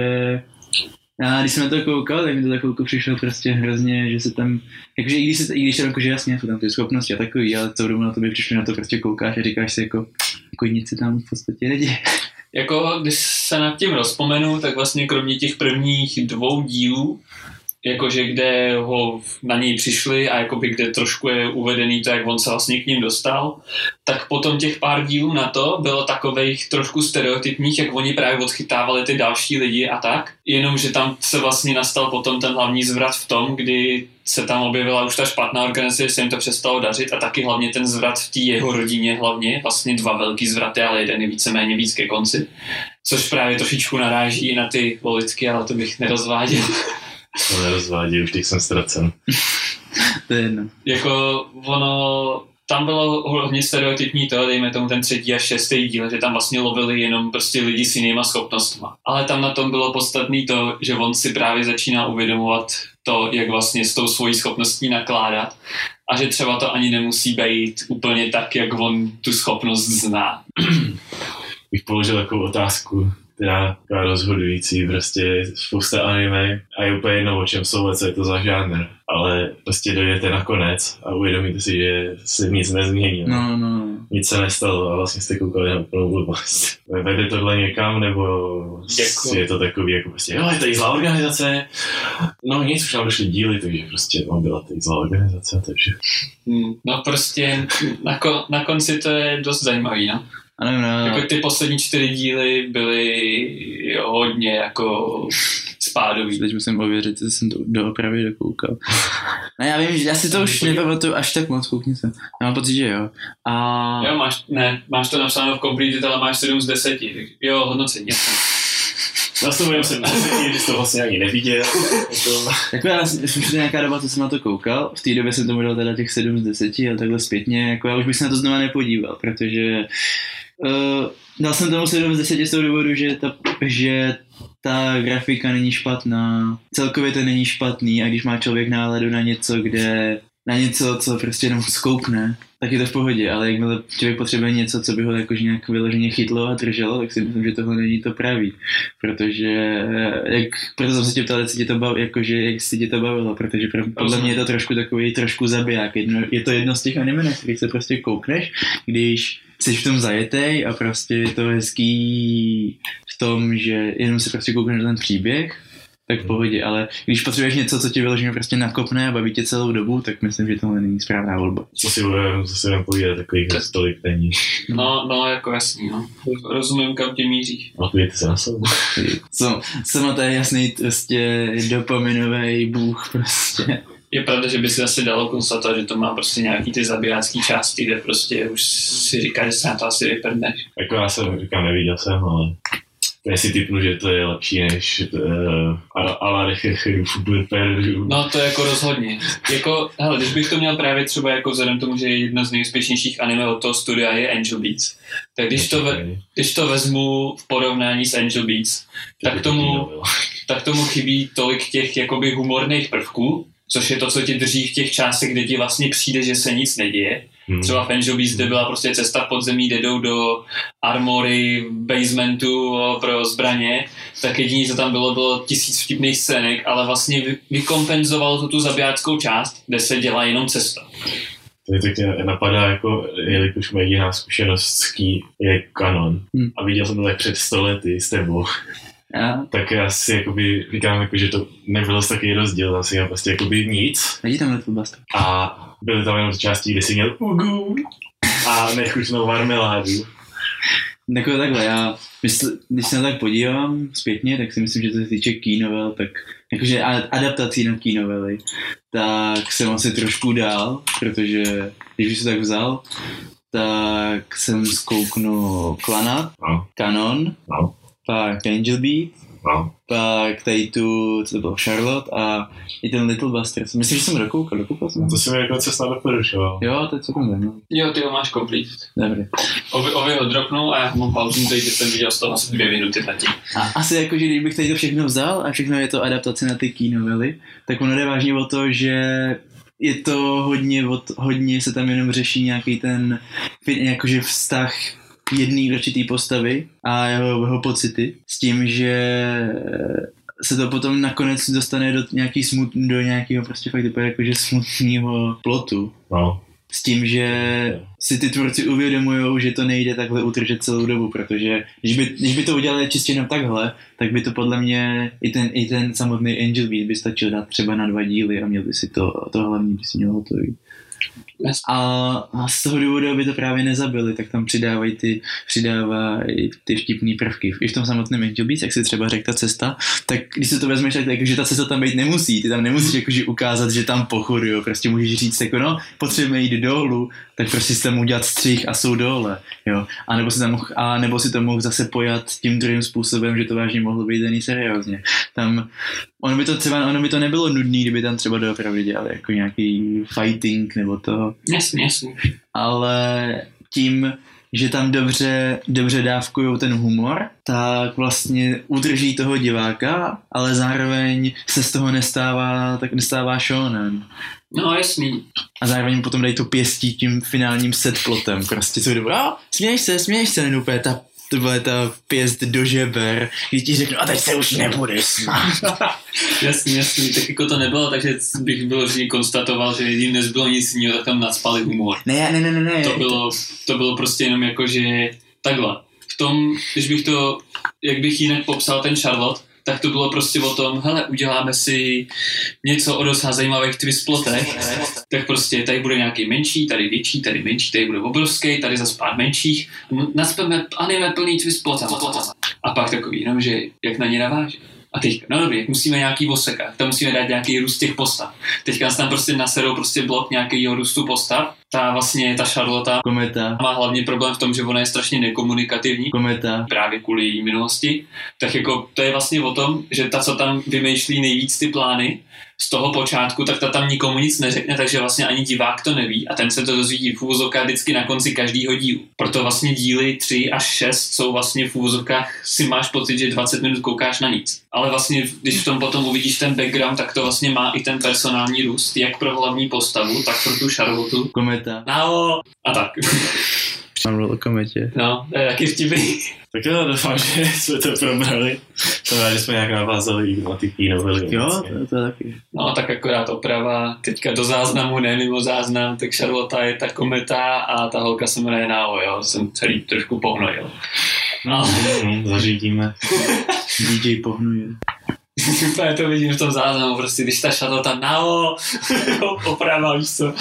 A když jsem na to koukal, tak mi to za chvilku přišlo prostě hrozně, že se tam... Jakože i když tam jakože jasně jsou tam ty schopnosti a takový, ale celou dobu na to by přišlo, na to prostě koukáš a říkáš si jako nic se tam v podstatě neděje. Jako, když se nad tím rozpomenu, tak vlastně kromě těch prvních 2 dílů, jakože kde ho na něj přišli a jakoby kde trošku je uvedený to, jak on se vlastně k ním dostal, tak potom těch pár dílů na to bylo takovejch trošku stereotypních, jak oni právě odchytávali ty další lidi a tak, jenomže tam se vlastně nastal potom ten hlavní zvrat v tom, kdy se tam objevila už ta špatná organizace, že se jim to přestalo dařit a taky hlavně ten zvrat v té jeho rodině hlavně, vlastně 2 velký zvraty, ale jeden je víceméně víc ke konci, což právě trošičku naráží i na ty politiky, ale to bych nerozváděl. To nerozvádí, už teď jsem ztracen. To je jedno. Jako ono, tam bylo hodně stereotypní to, dejme tomu ten 3. a 6. díl, že tam vlastně lovili jenom prostě lidi s jinýma schopnostma. Ale tam na tom bylo podstatný to, že on si právě začíná uvědomovat to, jak vlastně s tou svojí schopností nakládat a že třeba to ani nemusí být úplně tak, jak on tu schopnost zná. Bych položil takovou otázku, která je rozhodující, prostě spousta anime a je úplně jedno, o čem jsou a co je to za žánr, ale prostě dojdete na konec a uvědomíte si, že se nic nezmění. No. nic se nestalo a vlastně jste koukali na úplnou blbost. Vede tohle někam, nebo je to takový jako prostě, jo, je tady zlá organizace, no nic, už nám došly díly, takže prostě byla tady zlá organizace a to je všechno. No prostě na konci to je dost zajímavý, no. Ano, no. Jako ty poslední 4 díly byly hodně jako spádový. Teď musím ověřit, že jsem to doopravdy dokoukal. No já vím, že já si to už nepamatuju až tak moc, koukni se. Já mám pocit, že jo. Jo, máš to napsáno v completed, ale máš 7 z 10. Jo, hodnocení. Nastavujeme se na 10, když to vlastně ani neviděl. Jako já jsem nějaká doba, co jsem na to koukal, v té době jsem tomu dal teda těch 7 z 10, ale takhle zpětně, jako já už bych se na to znova nepodíval, protože dal jsem tomu 7 z 10 z toho důvodu, že ta grafika není špatná, celkově to není špatný a když má člověk náladu na něco, co prostě jenom zkoukne, tak je to v pohodě, ale jakmile člověk potřebuje něco, co by ho jakože nějak vyloženě chytlo a drželo, tak si myslím, že tohle není to pravý, protože proto jsem se tě ptal, jak se tě to bavilo, protože podle mě je to trošku zabiják, je to jedno z těch anime, na kterých se prostě koukneš, když jsi v tom zajetej a prostě je to hezký v tom, že jenom si prostě koukneš na ten příběh, tak v pohodě, ale když potřebuješ něco, co tě vyloženě prostě nakopne a baví tě celou dobu, tak myslím, že tohle není správná volba. Co si budeme povídat, takových tolik není. No, jako jasný, no. Rozumím, kam tě míříš. A půjdete se na sebe. Sama to je jasný prostě dopaminový bůh prostě. Je pravda, že by si asi dalo konstatovat, že to má prostě nějaký ty zabijácký části, kde prostě už si říkáš, že se na to asi vyprdneš. Jako já jsem říkám, neviděl jsem, ale já si tipnu, že to je lepší než Ala Football. No to je jako rozhodně. Jako, hele, když bych to měl právě třeba jako vzhledem tomu, že jedna z nejúspěšnějších anime od toho studia je Angel Beats, tak když to vezmu v porovnání s Angel Beats, tak tomu chybí tolik těch jakoby humorných prvků, což je to, co tě drží v těch částech, kde ti vlastně přijde, že se nic neděje. Třeba v Angel Beats, kde byla prostě cesta v podzemí, kde jdou do armory, basementu pro zbraně, tak jediný, co tam bylo 1000 vtipných scének, ale vlastně vykompenzovalo tu zabijáckou část, kde se dělá jenom cesta. To tak mě napadá, jako, jelikož moje jediná zkušenost je kanon. A viděl jsem to tak před 100 lety s tebou. Tak já si jakoby říkám, jako, že to nebylo takový rozdíl, tam si měl prostě jakoby nic. Vidí tam Little Bastard. A byly tam jenom části, kde si měl ugu a nechutnou marmeládu. Jako takhle, když se na tak podívám zpětně, tak si myslím, že to se týče keynovel, tak jakože adaptací na keynovely, tak jsem asi trošku dál, protože když bych se tak vzal, tak jsem zkouknul Clanat, Kanon, pak Angel Beat, pak tady tu, co to bylo, Charlotte a i ten Little Bastard. Myslím, že jsem dokoukal jsem. To si mi jako cesta doporučoval. Jo, to je co tam. Jo, ty ho máš complete. Dobrý. Ovi ho dropnul a já mám pauzu, takže jsem viděl z toho asi 2 minuty zatím. A asi jako, že když bych tady to všechno vzal a všechno je to adaptace na ty keynovely, tak ono jde vážně o to, že je to hodně se tam jenom řeší nějaký ten jakože vztah jedný určitý postavy a jeho pocity s tím, že se to potom nakonec dostane do nějakého prostě fakt jakože smutného plotu. No. S tím, že si ty tvůrci uvědomujou, že to nejde takhle udržet celou dobu, protože když by to udělali čistě jenom takhle, tak by to podle mě i ten samotný Angel Beat by stačil dát třeba na 2 díly a měl by si to hlavní by si měl hotový. A z toho důvodu, aby to právě nezabili, tak tam přidávají ty vtipný prvky. I v tom samotném Angel Beats, jak si třeba řekl ta cesta, tak když si to vezmeš, tak že ta cesta tam být nemusí. Ty tam nemusíš jakože ukázat, že tam pochodují. Prostě můžeš říct, jako no, potřebujeme jít dolů, tak prostě si tam udělat střih a jsou dole. Jo? A nebo si to mohl zase pojat tím druhým způsobem, že to vážně mohlo být daný seriózně. Ono by to nebylo nudný, kdyby tam třeba doopravdy dělali jako nějaký fighting nebo to. Jasně. Ale tím, že tam dobře dávkujou ten humor, tak udrží toho diváka, ale zároveň se z toho nestává shonen. No jasný. A zároveň potom dají to pěstí tím finálním setplotem. Prostě jsou dobrý, směješ se, není úplně ta to byla ta pěst do žeber, kdy ti řeknu, a teď se už nebudeš smát. Jasný, tak jako to nebylo, takže bych byl konstatoval, že jim nezbylo nic jiného, tak tam nadspali humor. Ne. To bylo prostě jenom jako, že takhle. V tom, když bych to, jak bych jinak popsal ten Charlotte, tak to bylo prostě o tom, hele, uděláme si něco o docela zajímavých twist plotech, tak prostě tady bude nějaký menší, tady větší, tady menší, tady bude obrovský, tady zase pár menších, nacpeme anime plný twist plot a pak takový, no, že jak na ně naváží. A teďka, no dobrý, musíme nějaký osekách, tam musíme dát nějaký růst těch postav. Teďka tam prostě naserou prostě blok nějakého růstu postav. Ta Charlotte Kometa má hlavně problém v tom, že ona je strašně nekomunikativní. Kometa Právě kvůli její minulosti. Tak jako to je vlastně o tom, že ta, co tam vymýšlí nejvíc ty plány z toho počátku, tak ta tam nikomu nic neřekne, takže vlastně ani divák to neví a ten se to dozví v úvozovkách vždycky na konci každého dílu. Proto vlastně díly 3 až 6 jsou vlastně v úvozovkách, si máš pocit, že 20 minut koukáš na nic. Ale vlastně, když v tom potom uvidíš ten background, tak to vlastně má i ten personální růst, jak pro hlavní postavu, tak pro tu Charlotte. Kometa No, a tak. Mluvil o kometě. No, to je taky vtipný. Tak jo, doufám, že jsme to probrali. Jsem rád, že jsme nějak navázali na ty novely. Jo, to je taky. No, tak akorát oprava, teďka do záznamu, ne mimo záznam, tak Charlotte je ta kometa a ta holka se jmenuje Nao, jo, jsem celý trošku pohnojil. No. Zařídíme. DJ pohnuje. Úplně to vidím v tom záznamu, prostě, když ta Charlotte Nao, oprava, víš co.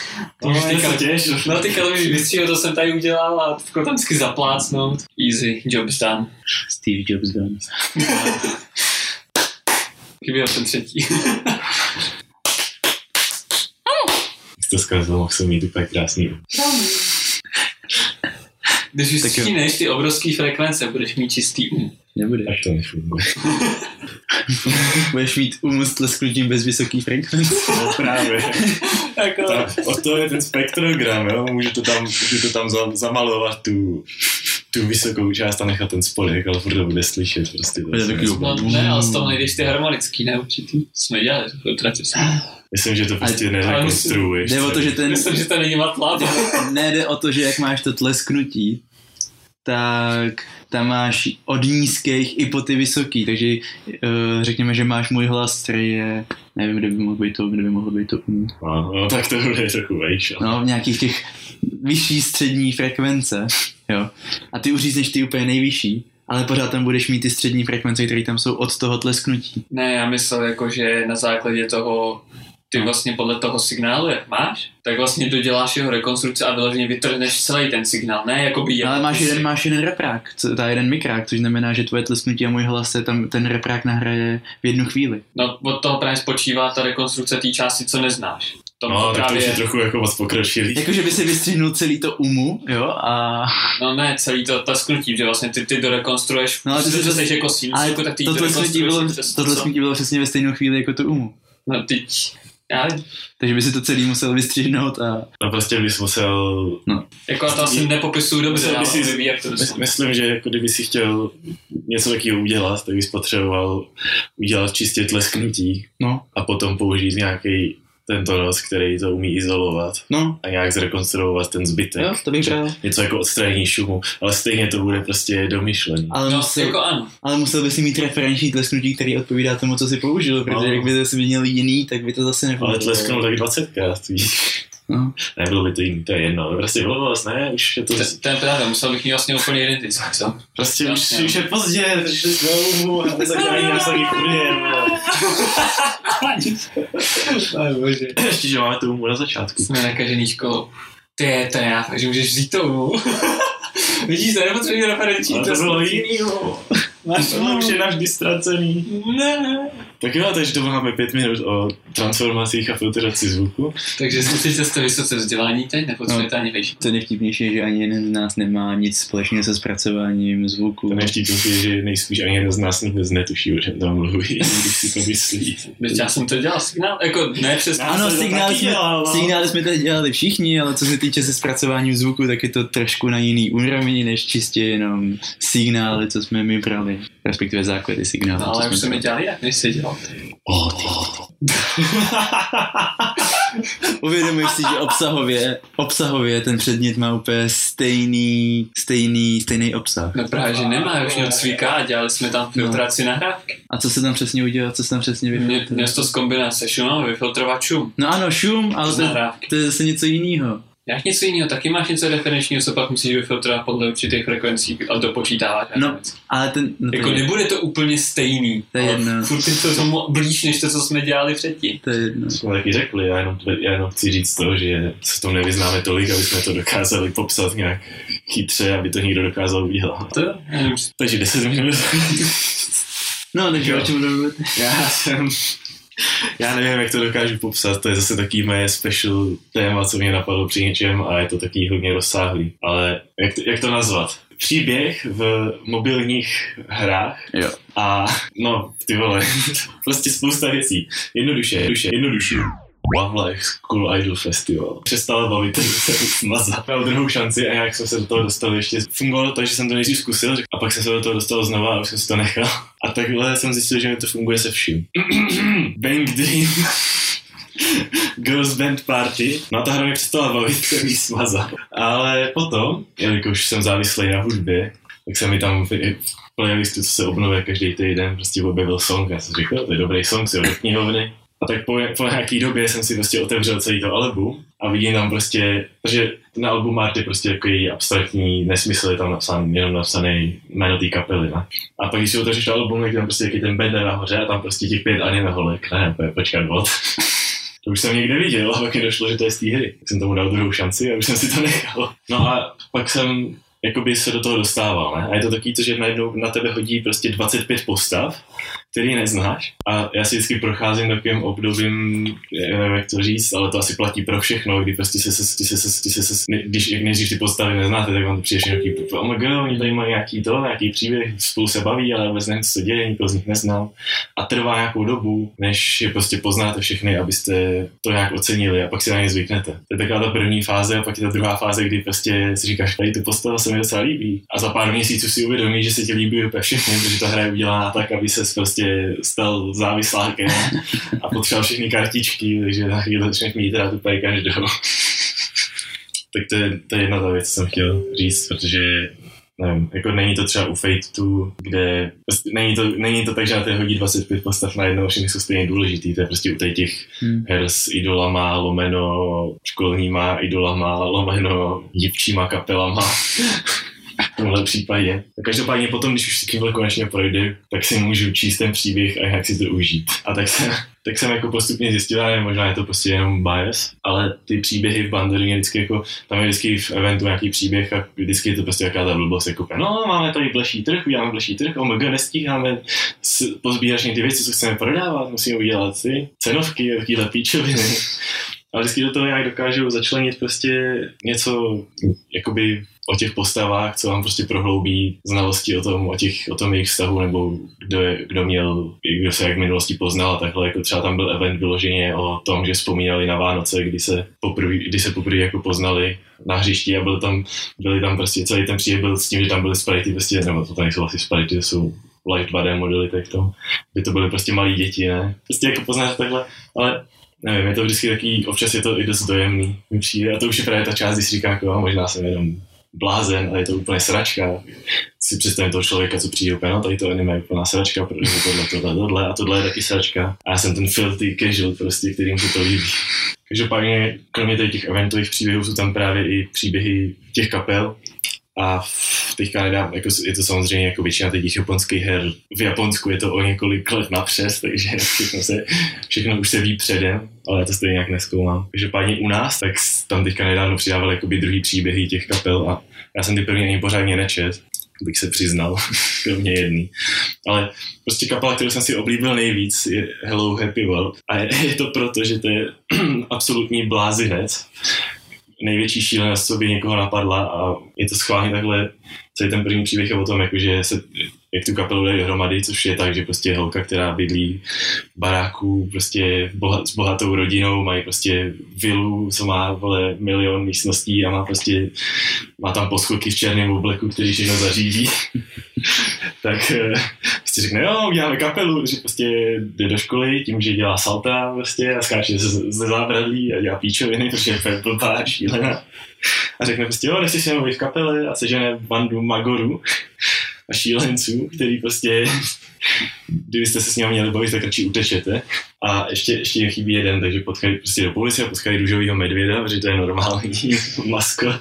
Ty kalorý vystřího, to jsem tady udělal a tam vždycky zaplácnout. Easy, job's done. Steve Jobs done. Chyběl ten třetí. Jste zkazil, mohl jsem mít úplně krásný. Když vystříneš ty obrovský frekvence, budeš mít čistý Nebudeš. Tak to nefunguje. Budeš mít s tlesknutím bez vysoký frekvence. No právě. Tak, od toho je ten spektrogram, jo? Můžu to tam zamalovat tu vysokou část a nechat ten spodek, ale furt to bude slyšet. Prostě no, ne, ale z toho nejdeš ty harmonický, ne určitý. Jsme dělali, myslím, že to prostě nerekonstruuješ. Jde o to, že myslím, že to není matlab. Ne, jde o to, že jak máš to tlesknutí, tak tam máš od nízkých i po ty vysoký, takže řekněme, že máš můj hlas, který je, nevím, kde by mohl být to No, tak to bude trochu vejš. No, v nějakých těch vyšší střední frekvence, jo. A ty uřízneš ty úplně nejvyšší, ale pořád tam budeš mít ty střední frekvence, které tam jsou od toho tlesknutí. Ne, já myslel jako, že na základě toho ty vlastně podle toho signálu, jak máš, tak vlastně doděláš jeho rekonstrukci a vyloženě vytrhneš celý ten signál, ne? Jakoby ale máš jeden reprák, jeden mikrák, což znamená, že tvoje tlesknutí a můj hlas se tam ten reprák nahraje v jednu chvíli. No, od toho právě spočívá ta rekonstrukce té části, co neznáš. No, tak to už je trochu jako moc pokročilý. Jakože by si vystřihnul celý to jo, a... No ne, celý to tlesknutí, že vlastně ty dorekonstruuješ, no, ale ty jsi jako sinusku, tak ty to tlesknutí bylo přesně ve stejnou chvíli jako tu No teď... Takže by si to celý musel vystříhnout a... No prostě bys musel... No. Jako to asi nepopisuju dobře, myslím, že jako kdyby si chtěl něco takového udělat, tak bys potřeboval udělat čistě tlesknutí a potom použít nějaký tento nos, který to umí izolovat a nějak zrekonstruovat ten zbytek. Jo, to bych bral. Něco jako odstranění šumu, ale stejně to bude prostě domyšlený. Ale musel by si mít referenční tlesknutí, který odpovídá tomu, co si použil, protože jak by to si měl jiný, tak by to zase nefungovalo. Ale tlesknul tak 20krát, víš. No. Nebylo by to jiný, to je jedno, prostě blbost, ne, už je to... To je pravda, musel bych mít vlastně úplně jeden disk, co? Prostě už je pozdě, přišli jsme domů a zaklání nás taky ještě, že máme to na začátku. Jsme nakažený školou. To je já, takže můžeš vzít to Vidíš, to nepotřebuje referenční. Ale to bylo jinýho. Tohle už je navždy ztracený. Ne. Tak jo, takže to máme 5 minut o transformacích a filtraci zvuku. Takže zkusíte jste vysoce vzdělání teď, nepotřebujete ani vyšší. To nejvtipnější je, že ani jeden z nás nemá nic společného se zpracováním zvuku. To nejvtipnější je, že nejspíš ani jeden z nás vůbec netuší, o čem tam mluví, když si to myslí. Já jsem to dělal signál, jako ne přes... Ano, signály jsme tady dělali všichni, ale co se týče se zpracováním zvuku, tak je to trošku na jiný úrovni, než čistě jenom signály, co jsme my brali. Respektive základy signálu. No, ale už jsme dělali, jak než se dělal. Ty. Uvědomuješ si, že obsahově ten předmět má úplně stejný obsah. No právě, že nemá, už měl cvíká a dělali jsme tam filtraci nahrávky. A co se tam přesně udělal, co se tam přesně vyfiltruje? Měl to zkombinovat se šumem, vyfiltrovat šum. No ano, šum, ale to je zase něco jiného. Jak něco jiného, taky máš něco referenčního, co pak musíš vyfiltrovat podle určitých frekvencí a dopočítávat. No, ale jako nebude to úplně stejný, to je jedno. Furt je to tomu blíž, než to, co jsme dělali předtím. To je jedno. Jsme taky řekli, já jenom chci říct to, že se v tom nevyznáme tolik, aby jsme to dokázali popsat nějak chytře, aby to někdo dokázal udělat. Takže 10 minut. No, takže o čem mluvit? Já nevím, jak to dokážu popsat, to je zase takový moje special téma, co mě napadlo při něčem a je to takový hodně rozsáhlý. Ale jak to nazvat? Příběh v mobilních hrách. Jo. A no, ty vole, prostě spousta věcí. Jednoduše. One Life School Idol Festival. Přestala bavit, ten se smazat. Dal druhou šanci a jak jsme se do toho dostali, ještě fungovalo tak, že jsem to nejdřív zkusil a pak jsem se do toho dostal znova a už jsem si to nechal. A takhle jsem zjistil, že mi to funguje se vším. Bang Dream. Girls Band Party. No a ta hra mě přestala bavit, jsem jí smazal. Ale potom, jelikož jsem závislý na hudbě, tak se mi tam v playlistu, co se obnovuje každý týden, prostě objevil song a jsem říkal, to je dobrý song, si ho do knihovny. A tak po nějaký době jsem si prostě otevřel celý to album a vidím tam prostě, že na album art je prostě takový abstraktní nesmysl, je tam jenom napsaný jméno té kapely, ne? A pak když si otevřeš to album, tak tam prostě jaký ten banner nahoře a tam prostě těch 5 anime holek, ne, počkat, what? To už jsem někde viděl a pak mi došlo, že to je z té hry. Tak jsem tomu dal druhou šanci a už jsem si to nechal. No a pak jsem jakoby se do toho dostával, ne? A je to takový to, že najednou na tebe hodí prostě 25 postav, který neznáš. A já si vždycky procházím takovým obdobím, nevím, jak to říct, ale to asi platí pro všechno, kdy prostě když nejdřív ty postavy neznáte, tak vám to přijde nějaký, oh my god, oni tady mají nějaký příběh, spolu se baví, ale vůbec nevím, co se děje, nikoho z nich neznám. A trvá nějakou dobu, než je prostě poznáte všechny, abyste to nějak ocenili a pak si na ně zvyknete. To je taková ta první fáze a pak je ta druhá fáze, kdy prostě si říkáš, tady tu postavu se mi docela líbí. A za pár měsíců si uvědomí, že se ti líbí úplně všechny, protože ta hra je udělaná tak, aby se prostě stal závislákem a potřeboval všechny kartičky, takže na chvíli začneš mít rád úplně každou. Tak to je jedna ta věc, co jsem chtěl říct, protože nevím, jako není to třeba u Fate2, kde prostě není to tak, že na té hodí 25 postav najednou, všechny jsou stejně důležitý, to je prostě u těch her s idolama, lomeno školníma idolama, lomeno dívčíma kapelama. V tomhle případě. Každopádně potom, když už si tímhle konečně projde, tak si můžu číst ten příběh a jak si to užít. A tak jsem jako postupně zjistil, že možná je to prostě jenom bias, ale ty příběhy v Banderu vždycky jako, tam je vždycky v eventu nějaký příběh a vždycky je to prostě jaká ta blbost, jako no, máme tady bleší trh, uděláme bleší trh, nestíháme pozbírat všechny ty věci, co chceme prodávat, musíme udělat ty cenovky a takovýhle píčoviny. Ale vždycky do toho nějak dokážu začlenit prostě něco jakoby o těch postavách, co vám prostě prohloubí znalosti o tom jejich vztahu, nebo kdo se jak v minulosti poznal a takhle, jako třeba tam byl event vyloženě o tom, že vzpomínali na Vánoce, kdy se poprvé jako poznali na hřišti a byli tam prostě celý ten příběh byl s tím, že tam byly sprite prostě, nebo to nejsou asi sprite, to jsou live 2D modely, tak to, kde to byly prostě malí děti, ne? Prostě jako poznáš takhle, ale nevím, je to vždycky takový, občas je to i dost dojemný, mi přijde, a to už je právě ta část, kdy si říkám, jako, možná jsem jenom blázen, ale je to úplně sračka. Si představím toho člověka, co přijde úplně, no tady to anime je úplná sračka, protože tohle a tohle je taky sračka. A já jsem ten filthy casual prostě, kterým se to líbí. Každopádně, kromě těch eventových příběhů jsou tam právě i příběhy těch kapel. A teďka nedám, jako je to samozřejmě jako většina těch japonských her. V Japonsku je to o několik let napřes, takže všechno už se ví předem, ale já to stejně nějak nezkoumám. Každopádně u nás, tak tam teďka nedávno přidávali jakoby druhý příběhy těch kapel a já jsem ty první ani pořádně nečet, bych se přiznal, kromě jedný. Ale prostě kapela, kterou jsem si oblíbil nejvíc, je Hello Happy World a je to proto, že to je absolutní blázinec. Největší šílenost, co by někoho napadla a je to schválně takhle, celý ten první příběh je o tom, jakože jak tu kapelu dají dohromady, což je tak, že prostě holka, která bydlí v baráku prostě s bohatou rodinou, mají prostě vilu, co má 1 milion místností a má tam poschodky v černém obleku, který všechno zařídí. tak prostě řekne, jo, uděláme kapelu, že prostě jde do školy tím, že dělá salta prostě a skáče ze zábradlí a dělá píčoviny, protože je blbá, šílená. A řekne prostě, jo, nechci si mluvit v kapele a sežene bandu magorů a šílenců, který prostě, kdybyste se s ním měli bavit, tak radši utečete. A ještě jim chybí jeden, takže potkají prostě do policie a potkají růžovýho medvěda, protože to je normální maskot.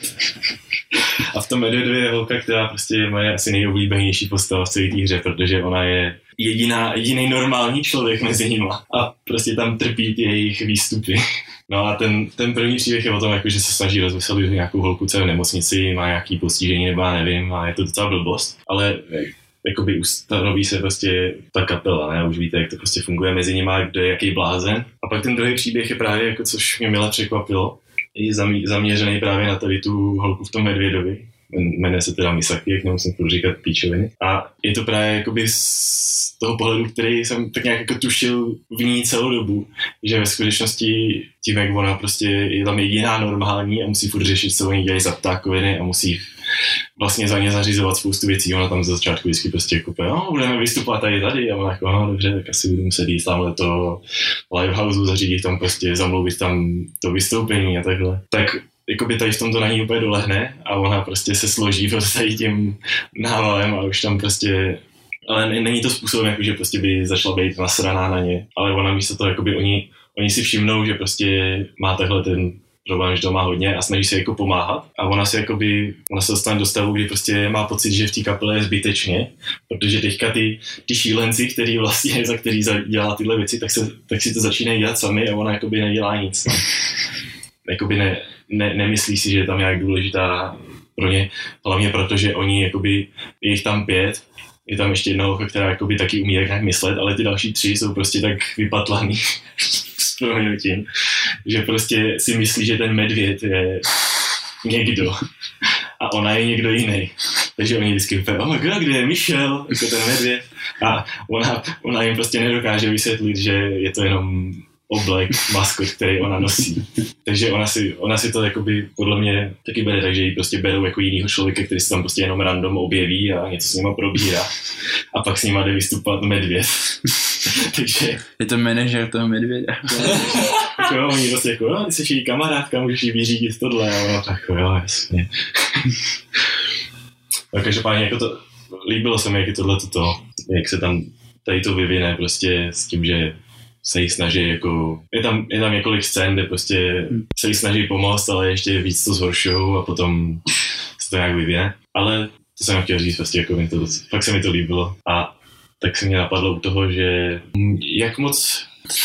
A v tom medvědu je holka, která prostě je moje asi nejoblíbenější postava v celé té hře, protože ona je jediný normální člověk mezi nima a prostě tam trpí ty jejich výstupy. No a ten první příběh je o tom, jako, že se snaží rozveselit nějakou holku celé v nemocnici, má nějaký postižení nebo já nevím a je to docela blbost, ale jakoby ustanoví se prostě ta kapela, ne? Už víte, jak to prostě funguje mezi nimi, kdo je jaký blázen. A pak ten druhý příběh je právě, jako, což mě mile překvapilo, je zaměřený právě na tady tu holku v tom medvědovi. Jmenuje se teda Misaki, jak nemusím furt říkat píčoviny. A je to právě jakoby z toho pohledu, který jsem tak nějak jako tušil v ní celou dobu, že ve skutečnosti tím, jak ona prostě je tam jediná normální a musí furt řešit, co oni dělají za ptákoviny a musí vlastně za ně zařizovat spoustu věcí. Ona tam ze začátku vždycky prostě jako budeme vystupovat tady a ona jako, dobře, tak asi budu muset jít tamhle to livehouse, zařídit tam prostě, zamluvit tam to vystoupení a takhle. Tak jakoby tady v tom to na ní úplně dolehne a ona prostě se složí prostě tím návalem a už tam prostě, ale není to způsobem, jako, že prostě by začala být nasraná na ně, ale ona místo toho, jakoby oni si všimnou, že prostě má takhle ten problém, že to má hodně a snaží se jako pomáhat a ona se dostane do stavu, kdy prostě má pocit, že v té kapele je zbytečně, protože teďka ty šílenci, za který dělá tyhle věci, tak si to začínají dělat sami a ona jakoby nedělá nic. No. Jakoby nemyslí si, že je tam nějak důležitá pro ně, hlavně protože oni, jakoby, je jich tam 5, je tam ještě jedna holka, která jakoby taky umí nějak myslet, ale ty další 3 jsou prostě tak vypatlaný s proměnutím, že prostě si myslí, že ten medvěd je někdo a ona je někdo jiný. Takže oni vždycky říkají, oh my god, kde je Michel, jako ten medvěd. A ona jim prostě nedokáže vysvětlit, že je to jenom oblek, maskot, který ona nosí. Takže ona si to jakoby podle mě taky bere, takže ji prostě berou jako jinýho člověka, který se tam prostě jenom random objeví a něco s nima probírá. A pak s nima jde vystupovat medvěd. Takže... Je to manažer toho medvěda. Jo, oni prostě jako, ty jsi její kamarádka, můžeš jí vyřídit tohle. A ona tak jo, jasně. No, každopádně jako to, líbilo se mi, jak je tohle toto, jak se tam tady to vyvine prostě s tím, že se jí snaží jako, je tam několik scén, kde prostě se jí snaží pomoct, ale ještě víc to zhoršujou a potom se to nějak vyvine. Ale to jsem chtěl říct, prostě jako fakt se mi to líbilo a tak se mě napadlo u toho, že jak moc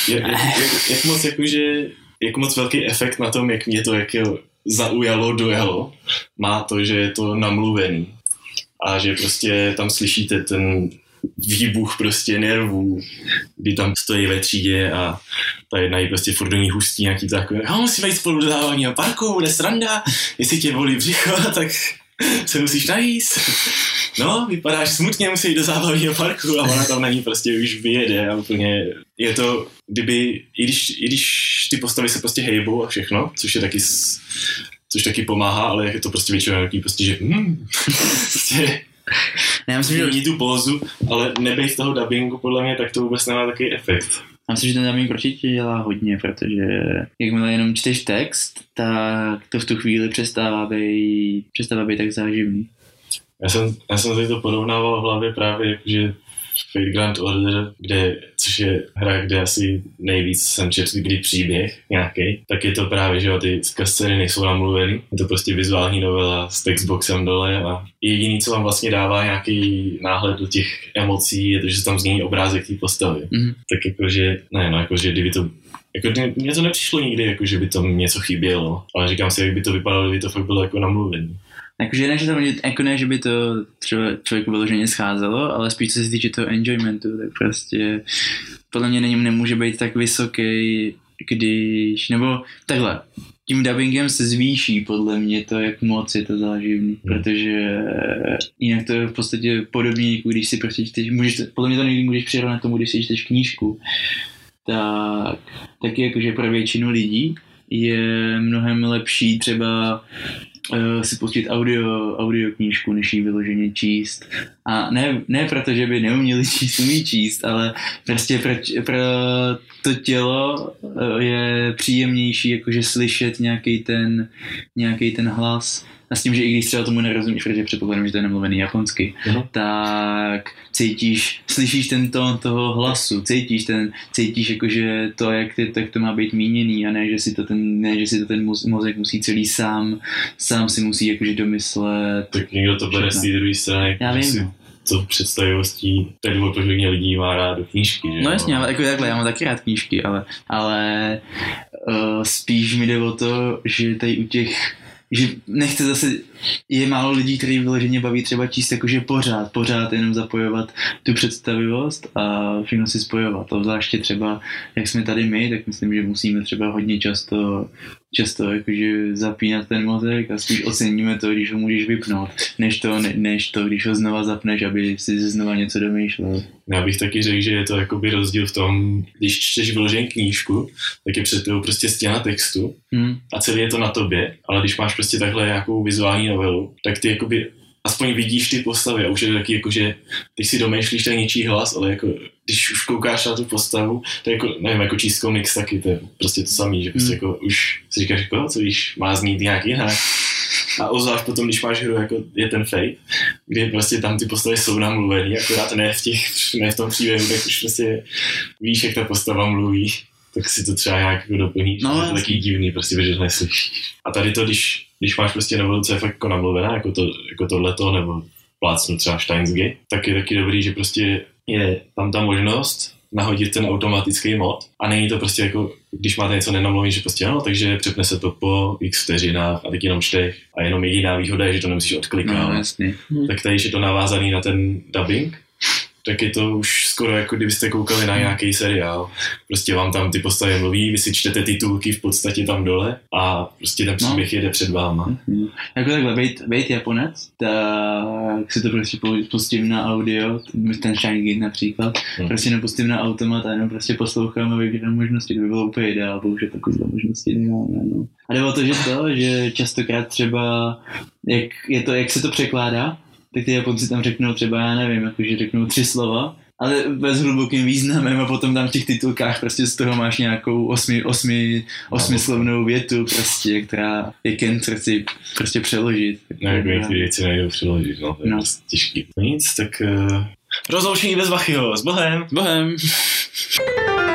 velký efekt na tom, jak mě to jako dojalo, má to, že je to namluvený a že prostě tam slyšíte ten výbuch prostě nervů, kdy tam stojí ve třídě a ta jedna je prostě furt do ní hustí nějaký takové, musíme jít spolu do závodního parku, bude sranda, jestli tě bolí břicho, tak se musíš najíst. No, vypadáš smutně, musí jít do zábavního parku a ona tam na ní prostě už vyjede a úplně je to, i když ty postavy se prostě hejbou a všechno, což taky pomáhá, ale je to prostě většinou nějaký prostě, že prostě já myslím, že není tu pózu, ale nebej z toho dubbingu podle mě, tak to vůbec nemá takový efekt. Já myslím, že ten dubbing určitě dělá hodně, protože jakmile jenom čteš text, tak to v tu chvíli přestává být tak záživný. Já jsem tady to porovnával v hlavě právě jakože Fate Grand Order, což je hra, kde asi nejvíc jsem četl kdy příběh nějaký, tak je to právě, že ty scény nejsou namluvený, je to prostě vizuální novela s textboxem dole a jediný, co vám vlastně dává nějaký náhled do těch emocí, je to, že se tam změní obrázek té postavy. Tak jakože, jakože kdyby to mně to nepřišlo nikdy, jako, že by tam něco chybělo, ale říkám si, jak by to vypadalo, kdyby to fakt bylo jako namluvený. Jakože ne, že by to člověku vyloženě scházelo, ale spíš co se týče toho enjoymentu, tak prostě podle mě nemůže být tak vysoký, nebo takhle, tím dubbingem se zvýší podle mě to, jak moc je to záživný, protože jinak to je v podstatě podobně, jako když si prostě čteš, podle mě to někdy můžeš přirovnat tomu, když si čteš knížku, tak taky jakože pro většinu lidí je mnohem lepší třeba si pustit audio knížku, než ji vyloženě číst. A ne proto, že by neuměli číst, umí číst, ale prostě pro to tělo je příjemnější jakože slyšet nějaký ten hlas. A s tím, že i když třeba tomu nerozumíš, protože předpokládám, že to je nemluvený japonsky, tak slyšíš ten tón toho hlasu, cítíš jakože to, jak to má být míněný a ne, že si to ten mozek musí celý sám si musí jakože domyslet. Tak někdo to bere z té druhé strany. Já vím, to představivostí, to je důvod, proč hodně lidí má rád do knížky. Že? No jasně, jako takhle, já mám taky rád knížky, ale spíš mi jde o to, že tady u těch, že nechce zase, je málo lidí, kteří vyloženě baví třeba číst jakože pořád jenom zapojovat tu představivost a všechno si spojovat. To zvláště třeba, jak jsme tady my, tak myslím, že musíme třeba hodně často jakože zapínat ten mozek a spíš oceníme to, když ho můžeš vypnout, než to, když ho znova zapneš, aby si znova něco domýšlel. Já bych taky řekl, že je to jakoby rozdíl v tom, když čteš vyloženě knížku, tak je před tebou prostě stěna textu a celý je to na tobě, ale když máš prostě takhle nějakou vizuální novelu, tak ty jakoby aspoň vidíš ty postavy a už je to taky jakože, ty si domýšlíš ten něčí hlas, ale jako když už koukáš na tu postavu, to jako, nevím, jako číst komiks taky, to je prostě to samý, že prostě jako už si říkáš jako, co víš, má znít nějak jinak. A ozvlášť potom, když máš hru, jako je ten Fate, kdy prostě tam ty postavy jsou namluvený, akorát ne v tom příběhu, tak už prostě víš, jak ta postava mluví, tak si to třeba nějak jako doplníš, no, je to taky divný, prostě, že to neslyšíš. A tady to, když máš prostě novelu, co je fakt jako namluvená, jako tohleto, nebo plácnu třeba Steins Gate, tak je taky dobrý, že prostě je tam ta možnost nahodit ten automatický mod a není to prostě jako, když máte něco nenamluvený, že prostě ano, takže přepne se to po x vteřinách a teď jenom čtech a jenom jediná výhoda je, že to nemusíš odklikat. No, tak tady, když je to navázaný na ten dubbing, tak je to už skoro jako kdybyste koukali na nějaký seriál. Prostě vám tam ty postavy mluví, vy si čtete titulky v podstatě tam dole a prostě ten příběh jede před váma. Jako takhle, bejt Japonec, tak si to prostě pustím na audio, ten Shine Gate například, prostě nepustím na automat a jenom prostě poslouchám a vybírám možnosti, to by bylo úplně ideál, bohužel takovýhle možnosti nemáme. No. A jde o to, že častokrát třeba, jak se to překládá, tak ty Japonci tam řeknou třeba, já nevím, jakože řeknou 3 slova, ale bez hlubokým významem a potom tam v těch titulkách prostě z toho máš nějakou 8slovnou větu prostě, která je Kent si prostě přeložit. No, jako některé věci nejdou přeložit, no, to je prostě těžký. No nic, tak rozloučení bez Vachyho, s Bohem! S Bohem!